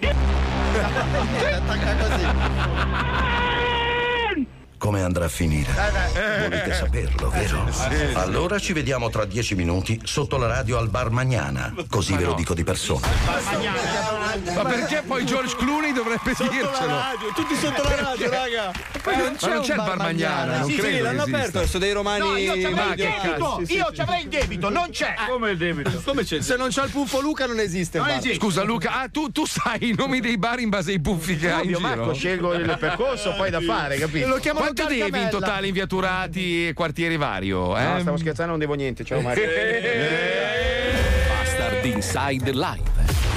Attacca così. Come andrà a finire? Volete saperlo, vero? Sì. Allora ci vediamo tra 10 minuti sotto la radio al Bar Magnana. Così ve lo dico di persona. Ma perché poi George Clooney dovrebbe dircelo? Tutti sotto la radio, raga. Poi non Ma non c'è il Bar Magnana, non Sì, credo. l'hanno che aperto, esista. sono dei romani. No, io ci avrei il debito! Sì, Io ci avrei il debito, non c'è! Come il debito? Come c'è? Se non c'ha il puffo Luca non esiste. Non il bar. esiste. Scusa Luca, tu sai i nomi dei bar in base ai puffi che hai in Ovvio, giro? Marco, scelgo il percorso poi da fare, capito? Lo chiamano Quanto devi in Carcamella. totale in viaturati e quartieri vario? No, stavo scherzando, non devo niente, ciao Marco. Bastard Inside Live.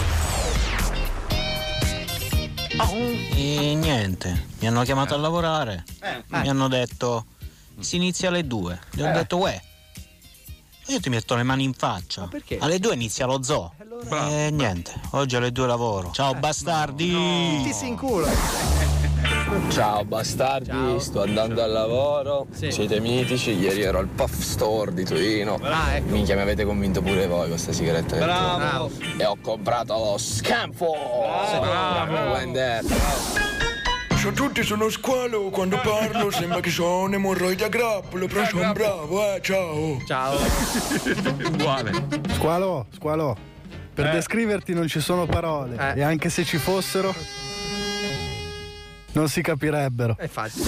E niente, mi hanno chiamato a lavorare. Mi hanno detto si inizia alle 2. Gli ho detto uè. Io ti metto le mani in faccia. Ma perché? Alle 2 inizia lo zoo. E niente, oggi alle 2 lavoro. Ciao bastardi. Mettisi in culo. Ciao bastardi, Ciao. sto andando al lavoro, siete mitici, ieri ero al Puff Store di Torino. Ecco. Minchia, mi avete convinto pure voi con questa sigaretta Bravo. e ho comprato lo Scampo. Bravo. Wender. Ciao a tutti, sono Squalo, quando parlo sembra che sono un emorroide a grappolo, però sono bravo, ciao. Ciao. Uguale. Squalo, per descriverti non ci sono parole e anche se ci fossero non si capirebbero. È facile.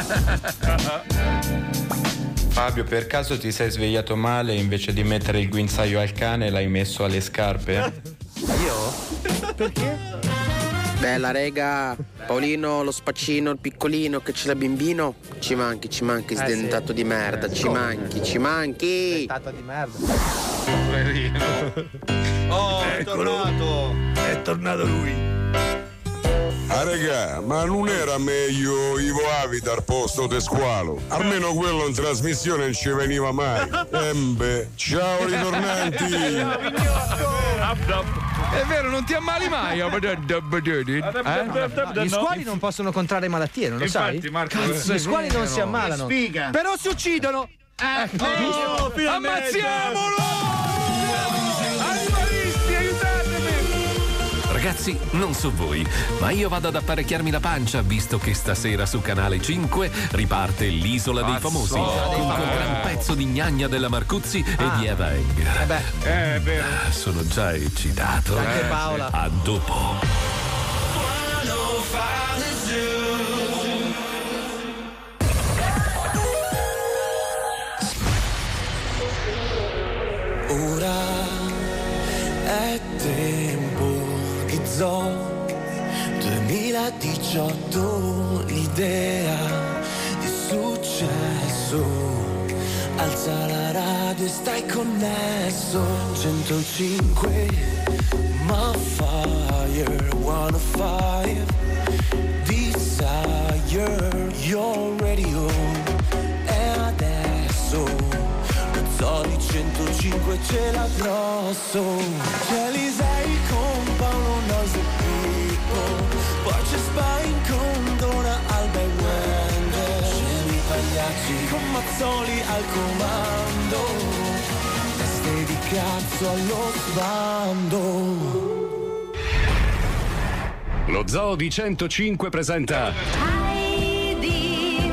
Fabio, per caso ti sei svegliato male e invece di mettere il guinzaglio al cane l'hai messo alle scarpe? Io? Perché? Bella rega, Paolino, lo spaccino, il piccolino che c'è la bimbino. Ci manchi, sdentato di merda, ci manchi. Sdentato di merda. Oh, è tornato. È tornato lui. Ah regà, ma non era meglio Ivo Avita al posto di Squalo? Almeno quello in trasmissione non ci veniva mai. Embe, ciao ritornanti! È vero, non ti ammali mai. Gli squali non possono contrarre malattie, non lo sai? Marco, Cazzo, i squali non si ammalano. Sfiga. Però si uccidono. Ammazziamolo! Ragazzi, non so voi, ma io vado ad apparecchiarmi la pancia visto che stasera su Canale 5 riparte l'Isola dei Famosi con quel gran pezzo di gnagna della Marcuzzi e di Eva Enger. Sono già eccitato. Anche Paola. A dopo. Ora è tempo di Zoo 2018, l'idea di successo. Alza la radio e stai connesso. 105 ma fire 105 Desire your radio. E adesso lo Zoo di 105 ce l'ha grosso. C'è Lisei con Paolo Noise e Pippo, poi c'è Spine con Dona Alba e Wender, c'è i pagliacci con Mazzoli al comando, teste di cazzo allo sbando. Lo Zoo di 105 presenta Heidi,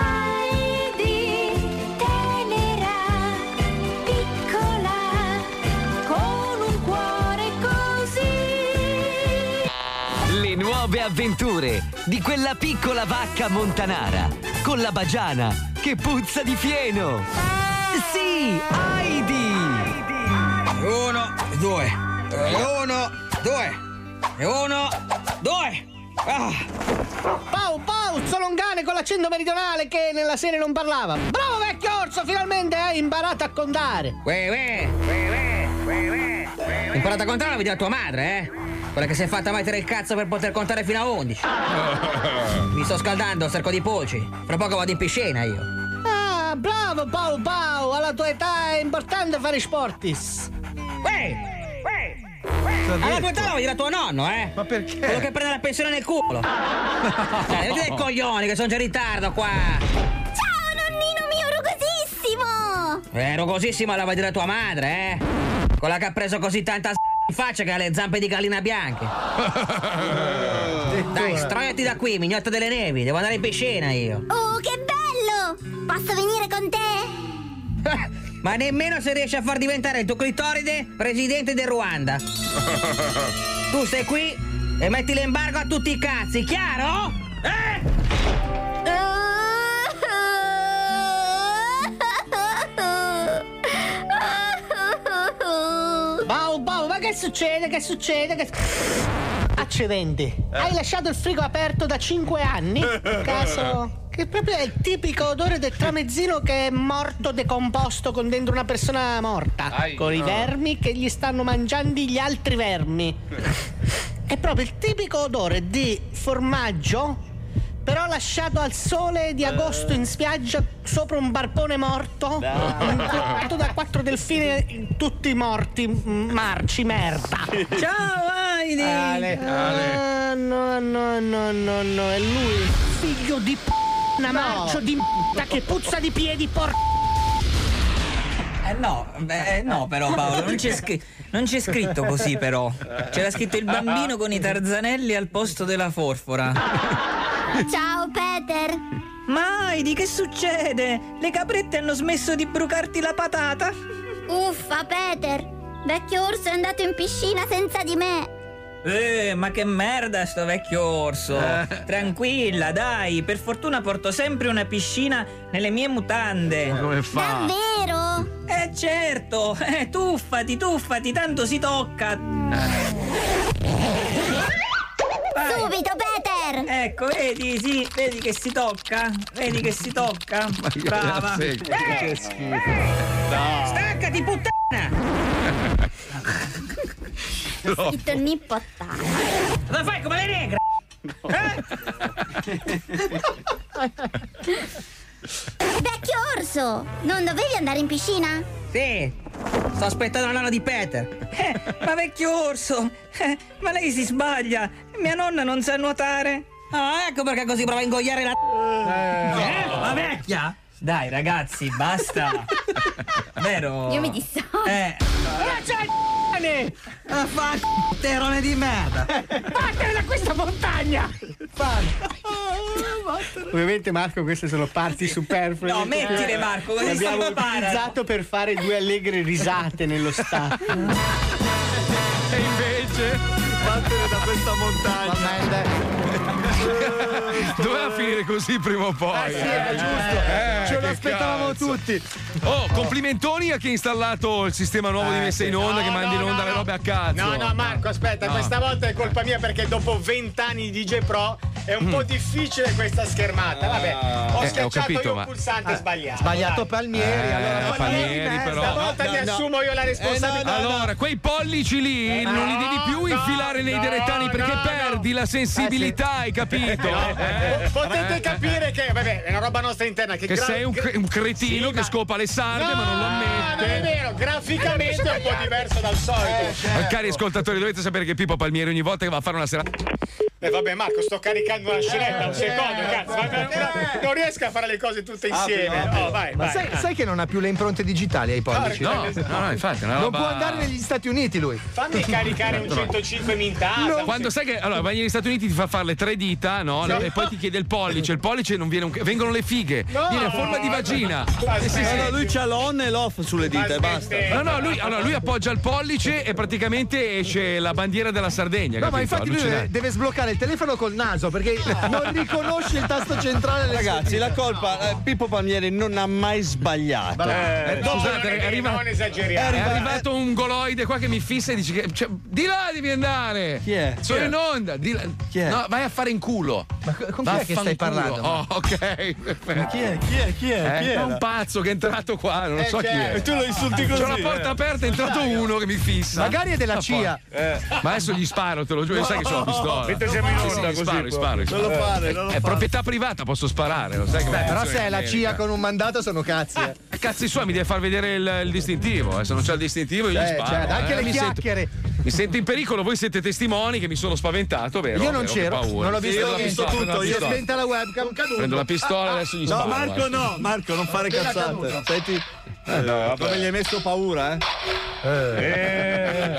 tenera, piccola, con un cuore così. Le nuove avventure di quella piccola vacca montanara con la bagiana che puzza di fieno. Sì, Heidi! 1, 2, 1, 2, 1, 2. Pau, Zolongane con l'accento meridionale che nella serie non parlava. Bravo vecchio orso, finalmente hai imparato a contare. Imparata a contare la vedi da tua madre, eh? Quella che si è fatta mettere il cazzo per poter contare fino a 11. Mi sto scaldando, cerco di polci. Fra poco vado in piscina io. Ah, bravo Pau, alla tua età è importante fare sportis. Alla tua età la vedi da tuo nonno, eh? Ma perché? Quello che prende la pensione nel culo. Dai, vedi dei coglioni che sono già in ritardo qua. Ciao nonnino mio rugosissimo! Rugosissima la vedi da tua madre, eh? Quella che ha preso così tanta in faccia che ha le zampe di gallina bianche. Dai, stroiati da qui, mignotta delle nevi. Devo andare in piscina io. Oh, che bello! Posso venire con te? Ma nemmeno se riesci a far diventare il tuo clitoride presidente del Ruanda. Tu stai qui e metti l'embargo a tutti i cazzi, chiaro? Bau, ma che succede? Che succede? Accidenti. Hai lasciato il frigo aperto da 5 anni? Caso... Che proprio è il tipico odore del tramezzino che è morto, decomposto, con dentro una persona morta. Con i vermi che gli stanno mangiando gli altri vermi. È proprio il tipico odore di formaggio, però lasciato al sole di agosto in spiaggia sopra un barcone morto, incubato da 4 delfini tutti morti, marci, merda. Ciao Heidi! Ale. No, è lui, figlio di una marcio di che puzza di piedi, No, però Paolo, non c'è scritto così, però. C'era scritto il bambino con i tarzanelli al posto della forfora. Ciao Peter! Ma Heidi, che succede? Le caprette hanno smesso di brucarti la patata? Uffa, Peter! Vecchio orso è andato in piscina senza di me! Ma che merda sto vecchio orso! Tranquilla, dai, per fortuna porto sempre una piscina nelle mie mutande. Ma come fa? Davvero? Certo! Tuffati, tanto si tocca! Subito, Peter! Ecco, vedi, sì, vedi che si tocca? Brava! Che schifo! Staccati, puttana! Ho scritto nippottana. Cosa fai come le negre? Vecchio orso! Non dovevi andare in piscina? Sì, sto aspettando la nonna di Peter. Ma vecchio orso, ma lei si sbaglia. Mia nonna non sa nuotare. Ah, ecco perché così prova a ingoiare la... La vecchia? Dai ragazzi, basta. Vero? Io mi dissocio. Fa terone di merda. Vattene da questa montagna! Ovviamente Marco, queste sono parti superflue. No, mettile Marco, così abbiamo impara. utilizzato per fare 2 allegre risate nello staff. E invece vattene da questa montagna. Doveva finire così prima o poi. Sì, è giusto. Ce lo aspettavamo tutti. Oh, complimentoni a chi ha installato il sistema nuovo di messa in onda, che manda in onda le robe a cazzo. No, Marco, aspetta, questa volta è colpa mia perché dopo 20 anni di DJ Pro è un po' difficile questa schermata. Vabbè, ho schiacciato io il pulsante sbagliato. Sbagliato Palmieri, allora Palmieri però. Stavolta mi assumo io la responsabilità. Allora, quei pollici lì non li devi più infilare nei deretani perché perdi la sensibilità, hai capito? Potete capire che, vabbè, è una roba nostra interna. Che sei un cretino che scopa le sarde ma non lo ammette. Non è vero, graficamente è un po' diverso dal solito. Cari ascoltatori, dovete sapere che Pippo Palmieri ogni volta che va a fare una serata. Vabbè Marco, sto caricando una scenetta, un secondo, cazzo. Non riesco a fare le cose tutte insieme. Oh, vai. Sai che non ha più le impronte digitali ai pollici? No, infatti. Non può andare negli Stati Uniti lui. Fammi caricare un 105 mintasa. Quando sai che allora vai negli Stati Uniti ti fa fare le 3 dita, no? E poi ti chiede il pollice non viene vengono le fighe, viene a forma di vagina. Lui c'ha l'on e l'off sulle dita e basta. No, lui appoggia il pollice e praticamente esce la bandiera della Sardegna. No, ma infatti lui deve sbloccare il telefono col naso perché non riconosce il tasto centrale. Ragazzi, la colpa Pippo Palmieri non ha mai sbagliato. Scusate, non esageriamo. È arrivato un goloide qua che mi fissa e dice che di là devi andare. Chi è? Sono in onda. Chi è? No, vai a fare in culo. Ma con chi è che stai parlando? Oh, ok. Ma chi è? È un pazzo che è entrato qua, non so chi è. E tu lo insulti così. C'ho la porta aperta, è entrato uno che mi fissa. Magari è della CIA. Ma adesso gli sparo, te lo giuro, sai che sono pistola. Mentre siamo in onda così. Sparo. Non lo fare. È proprietà privata, posso sparare, lo sai che però se è la CIA con un mandato sono cazzi. Cazzi suoi, mi deve far vedere il distintivo. Se non c'è il distintivo io gli sparo. Anche le chiacchiere. Mi sento in pericolo, voi siete testimoni che mi sono spaventato, vero? Io non c'ero, non l'ho visto. Io l'ho visto tutto. Io ho spenta la webcam. Prendo la pistola e adesso gli sparo. No, Marco, non fare cazzate. Senti. Come gli hai messo paura,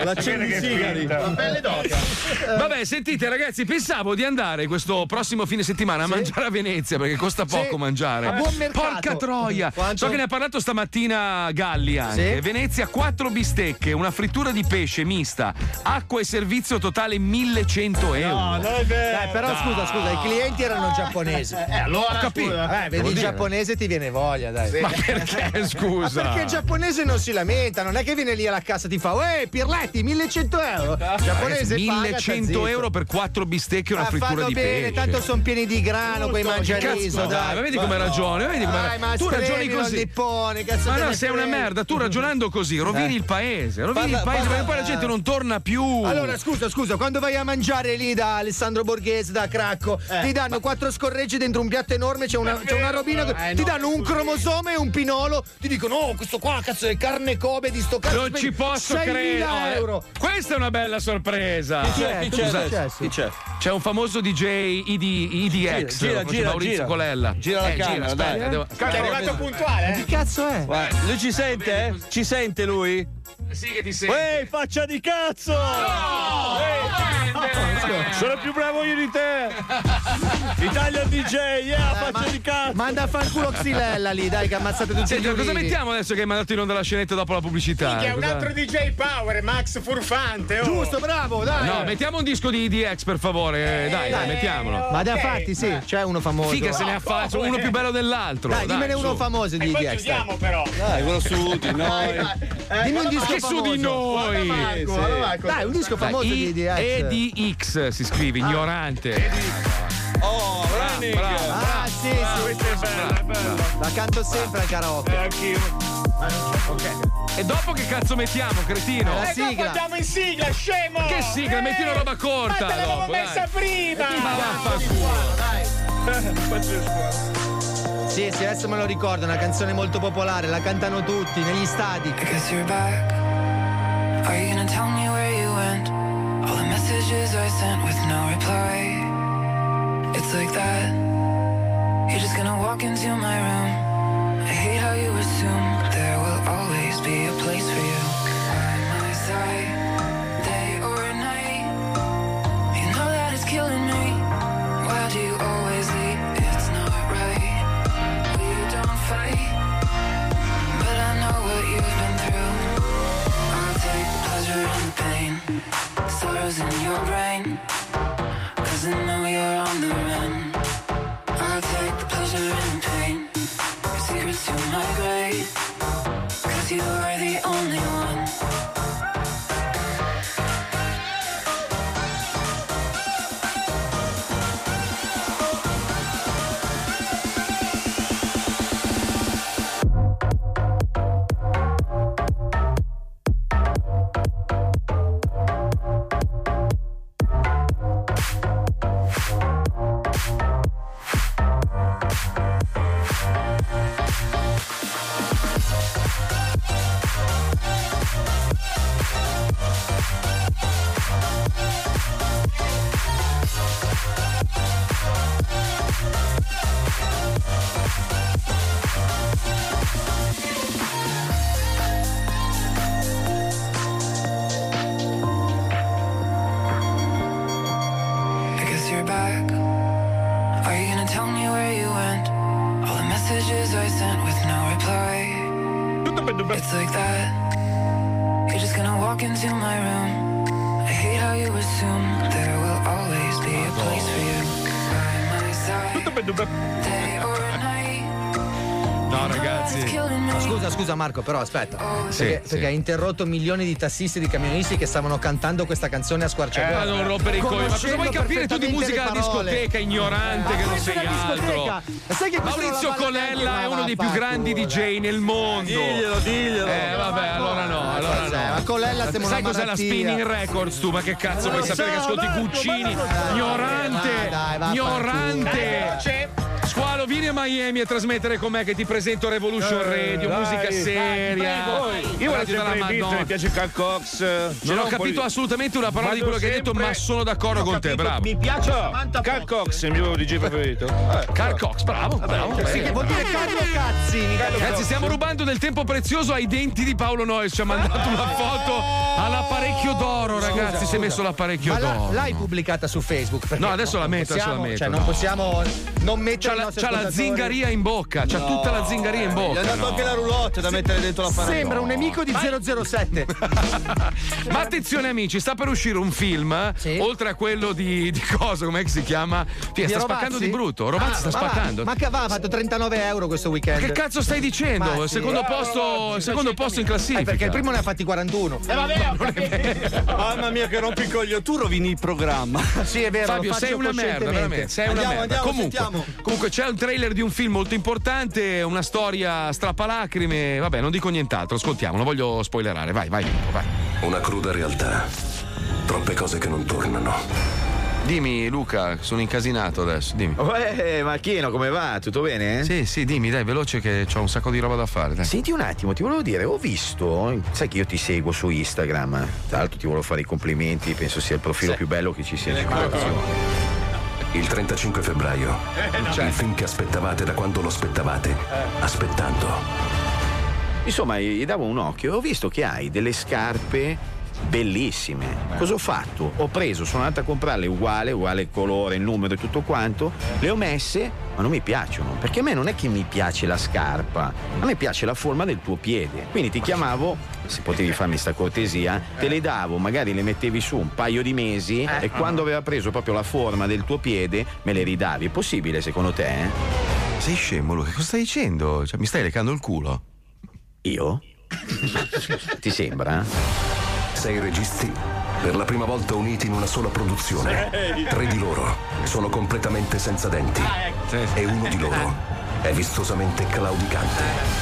L'accendisigari. La pelle d'oca. Vabbè, sentite ragazzi, pensavo di andare questo prossimo fine settimana a mangiare a Venezia perché costa poco mangiare. A buon mercato. Porca troia! Quanto? So che ne ha parlato stamattina Galli anche. Sì. Venezia 4 bistecche, una frittura di pesce mista, acqua e servizio totale 1.100 euro. No, non è vero. Dai, però scusa, i clienti erano giapponesi. Allora, Ho capito. Vedi il giapponese ti viene voglia, dai. Ma perché, scusa? Ma perché il giapponese non si lamenta, non è che viene lì alla cassa e ti fa Pirletti, 1.100 euro. Il giapponese paga, 1.100 euro per 4 bistecche e una frittura fanno di bene, pesce. tanto sono pieni di grano, quei mangiariso, dai. Ma vedi come ragioni, tu ragioni così. Nippone, cazzo Ma te no, ne sei una frega. merda, tu ragionando così rovini il paese, perché poi la gente non torna più. Allora scusa, quando vai a mangiare lì da Alessandro Borghese, da Cracco, ti danno 4 scorreggi dentro un piatto enorme, c'è una robina, ti danno un cromosoma e un pinolo, ti dicono questo qua cazzo è carne Kobe di sto cazzo. Non ci posso 6.000 credere. euro. Questa è una bella sorpresa. Chi c'è? C'è un famoso DJ IDX, Gira, Maurizio Colella. Gira la camera, dai. Che è arrivato puntuale, Che cazzo è? Lui ci sente? Ci sente lui? Sì che ti senti. Ehi, faccia di cazzo! Sono più bravo io di te! Italian DJ, faccia di cazzo! Manda a fanculo Xylella lì, dai, che ammazzate tutti Senti, gli cosa ulivi. mettiamo adesso che hai mandato in onda la scenetta dopo la pubblicità? Che è un altro DJ Power, Max Furfante. Giusto, bravo, dai. No, mettiamo un disco di IDX per favore, dai, mettiamolo. Ma ne ha fatti, sì, c'è uno famoso. Figa se ne ha fatto, uno più bello dell'altro. Dai, dimmene uno su. famoso di Poi IDX. chiudiamo però. Dai, quello su di noi. Dimmi un disco Che famoso. su di noi? Dai, un disco famoso di IDX. EDX si scrive, ignorante. Oh, Running! Ah, sì. Questa è bella. La canto sempre al karaoke. Anch'io. Ok. E dopo che cazzo mettiamo, cretino? La sigla. Andiamo in sigla, scemo! Che sigla? Metti una roba corta. Ma te l'avevo dopo, messa dai. prima! Ma vaffanculo. Sì, adesso me lo ricordo, una canzone molto popolare, la cantano tutti negli stadi. I guess you're back. Are you gonna tell me where you went? All the messages I sent with no reply. It's like that. You're just gonna walk into my room. I hate how you assume there will always be a place for you. By my side, day or night. You know that it's killing me. Why do you always leave? It's not right. We don't fight, but I know what you've been through. I'll take pleasure in the pain, sorrows in your brain, 'cause I know you're on the run. I'll take the pleasure in the pain, your secrets to my grave, 'cause you are the only one. I guess you're back. Are you gonna tell me where you went? All the messages I sent with no reply. It's like that. You're just gonna walk into my room. I hate how you assume there will always be a place for you. By my side, day or night. No, ragazzi. Scusa Marco, però aspetta. Sì, Perché ha interrotto milioni di tassisti e di camionisti che stavano cantando questa canzone a squarciagola. Non rompere i coglioni. Ma cosa vuoi capire tu di musica da discoteca, ignorante, che non sei altro? Sai che Maurizio Colella è uno dei più grandi DJ nel mondo. Diglielo. Vabbè, allora no. Ma Colella stiamo Sai una cos'è la malattia. Spinning Records tu? Ma che cazzo vuoi sapere che ascolti Guccini? Ignorante! Dai, Ignorante! Squalo Squalo, vieni a Miami a trasmettere con me che ti presento Revolution Radio, dai, musica seria. Io voglio Radio della sempre i Beatles, Madonna. mi piace Carl Cox. Non ho capito assolutamente una parola di quello che hai detto, ma sono d'accordo con te, bravo. Mi piace Carl Cox, il mio DJ preferito. Carl Cox, bravo. Sì, che vuol dire Carlo Cazzi. Ragazzi, stiamo rubando del tempo prezioso ai denti di Paolo Noyes. Ci ha mandato una foto all'apparecchio d'oro, ragazzi. Si è messo l'apparecchio Ma d'oro. l'hai pubblicata su Facebook? Perché No, adesso la metto, adesso la metto. Cioè, non possiamo non mettere i nostri C'ha la ascoltatori. zingaria in bocca, c'ha tutta la zingaria in bocca. Gli ha dato anche la roulotte da mettere dentro l'apparecchio. Sembra un nemico di 007. Ma attenzione amici, sta per uscire un film, oltre a quello di cosa, com'è che si chiama? Di sta Rovazzi? spaccando di brutto, Rovazzi sta spaccando. Ma che ha fatto 39 euro questo weekend? Che cazzo stai dicendo? Ma sì. Secondo posto in classifica. Perché il primo ne ha fatti 41. Mamma mia, che rompicoglio, tu rovini il programma. Sì, è vero. Fabio, lo faccio sei una merda, veramente. Sei una merda. Comunque c'è un trailer di un film molto importante, una storia strappalacrime. Vabbè, non dico nient'altro, ascoltiamo, non voglio spoilerare. Vai. Una cruda realtà. Troppe cose che non tornano. Dimmi, Luca, sono incasinato adesso. Dimmi. Marchino, come va? Tutto bene? Sì, dimmi, dai, veloce che c'ho un sacco di roba da fare. Dai. Senti un attimo, ti volevo dire, ho visto, sai che io ti seguo su Instagram, tra l'altro ti volevo fare i complimenti, penso sia il profilo più bello che ci sia in circolazione. Il 35 febbraio. Il film che aspettavate da quando lo aspettavate. Aspettando. Insomma, gli davo un occhio e ho visto che hai delle scarpe bellissime. Cosa ho fatto? Sono andato a comprarle uguale colore, il numero e tutto quanto, le ho messe, ma non mi piacciono, perché a me non è che mi piace la scarpa, a me piace la forma del tuo piede. Quindi ti chiamavo, se potevi farmi sta cortesia, te le davo, magari le mettevi su un paio di mesi e quando aveva preso proprio la forma del tuo piede me le ridavi. È possibile secondo te? Sei scemo, Luca, cosa stai dicendo? Cioè, mi stai lecando il culo? Io? Ti sembra? 6 registi per la prima volta uniti in una sola produzione. 3 di loro sono completamente senza denti e uno di loro è vistosamente claudicante.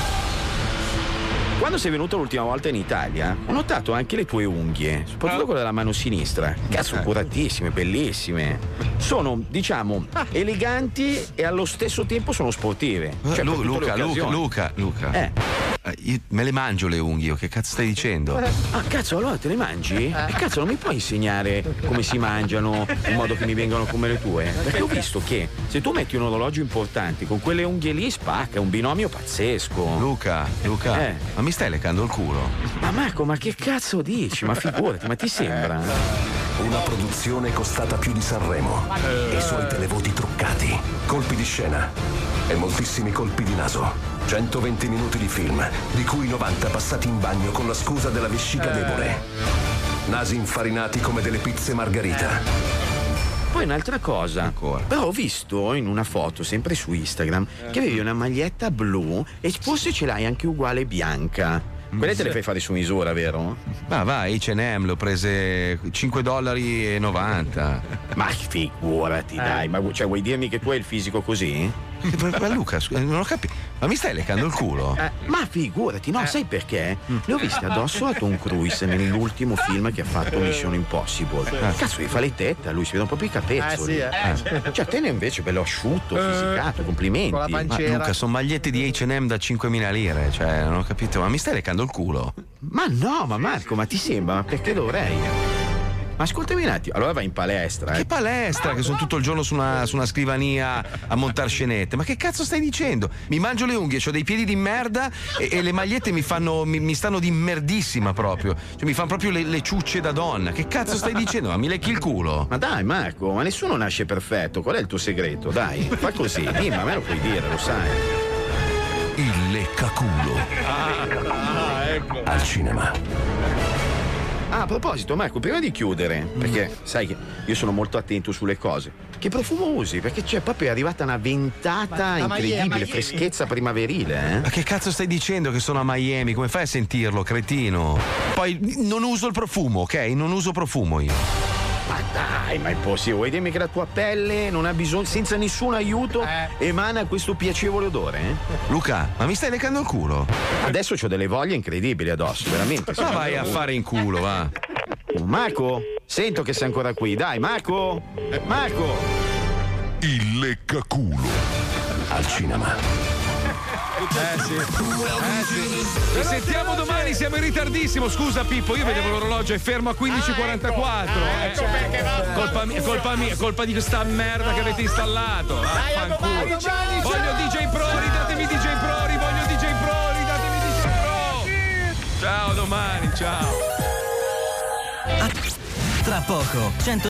Quando sei venuto l'ultima volta in Italia ho notato anche le tue unghie, soprattutto quella della mano sinistra. Cazzo, curatissime, bellissime. Sono, diciamo, eleganti e allo stesso tempo sono sportive. Cioè, Luca. Io me le mangio le unghie, che cazzo stai dicendo? Ah, cazzo, allora te le mangi? E cazzo, non mi puoi insegnare come si mangiano in modo che mi vengano come le tue? Perché ho visto che se tu metti un orologio importante con quelle unghie lì spacca, è un binomio pazzesco. Luca, ma mi stai lecando il culo? Ma Marco, ma che cazzo dici? Ma figurati, ma ti sembra? Una produzione costata più di Sanremo e i suoi televoti truccati, colpi di scena e moltissimi colpi di naso. 120 minuti di film, di cui 90 passati in bagno con la scusa della vescica debole. Nasi infarinati come delle pizze margherita. Poi un'altra cosa, però ho visto in una foto sempre su Instagram che avevi una maglietta blu e forse ce l'hai anche uguale bianca. Quelle te le fai fare su misura, vero? Ma vai, H&M, le ho prese $5,90. Ma figurati, dai, ma cioè, vuoi dirmi che tu hai il fisico così? Ma Luca, non ho capito. Ma mi stai leccando il culo? Ma figurati, no, sai perché? Le ho viste addosso a Tom Cruise nell'ultimo film che ha fatto Mission Impossible. Cazzo, gli fa le tette, a lui si vedono proprio i capezzoli. Cioè, te ne invece bello asciutto, fisicato, complimenti. Con la pancera. Ma Luca, sono magliette di H&M da 5.000 lire, cioè, non ho capito. Ma mi stai leccando il culo? Ma no, ma Marco, ma ti sembra? Ma perché dovrei? Ma ascoltami un attimo, allora vai in palestra. Che palestra? Che sono tutto il giorno su una scrivania a montare scenette. Ma che cazzo stai dicendo? Mi mangio le unghie, ho dei piedi di merda e le magliette mi stanno di merdissima proprio. Cioè mi fanno proprio le ciucce da donna. Che cazzo stai dicendo? Ma mi lecchi il culo? Ma dai Marco, ma nessuno nasce perfetto. Qual è il tuo segreto? Dai, fa così, dimmi, a me lo puoi dire, lo sai. Il leccaculo. Ecco. Al cinema. Ah, a proposito, Marco, prima di chiudere, perché sai che io sono molto attento sulle cose, che profumo usi? Perché c'è proprio arrivata una ventata incredibile, freschezza primaverile, Ma che cazzo stai dicendo che sono a Miami? Come fai a sentirlo, cretino? Poi non uso il profumo, ok? Non uso profumo io. Ma dai, ma è impossibile. Vuoi dirmi che la tua pelle non ha bisogno, senza nessun aiuto, emana questo piacevole odore? Luca, ma mi stai leccando il culo? Adesso c'ho delle voglie incredibili addosso, veramente. Ma vai a fare in culo, va. Marco, sento che sei ancora qui. Dai, Marco! Marco! Il leccaculo. al cinema. Sì. Ci sentiamo domani, siamo in ritardissimo. Scusa Pippo, io vedevo l'orologio, è fermo a 15:44. Ecco perché va. Colpa di questa merda che avete installato. Vaffanculo. Voglio DJ Pro, ridatemi DJ Pro, voglio DJ Pro, ridatemi DJ Pro. Ciao, domani, ciao. Tra poco,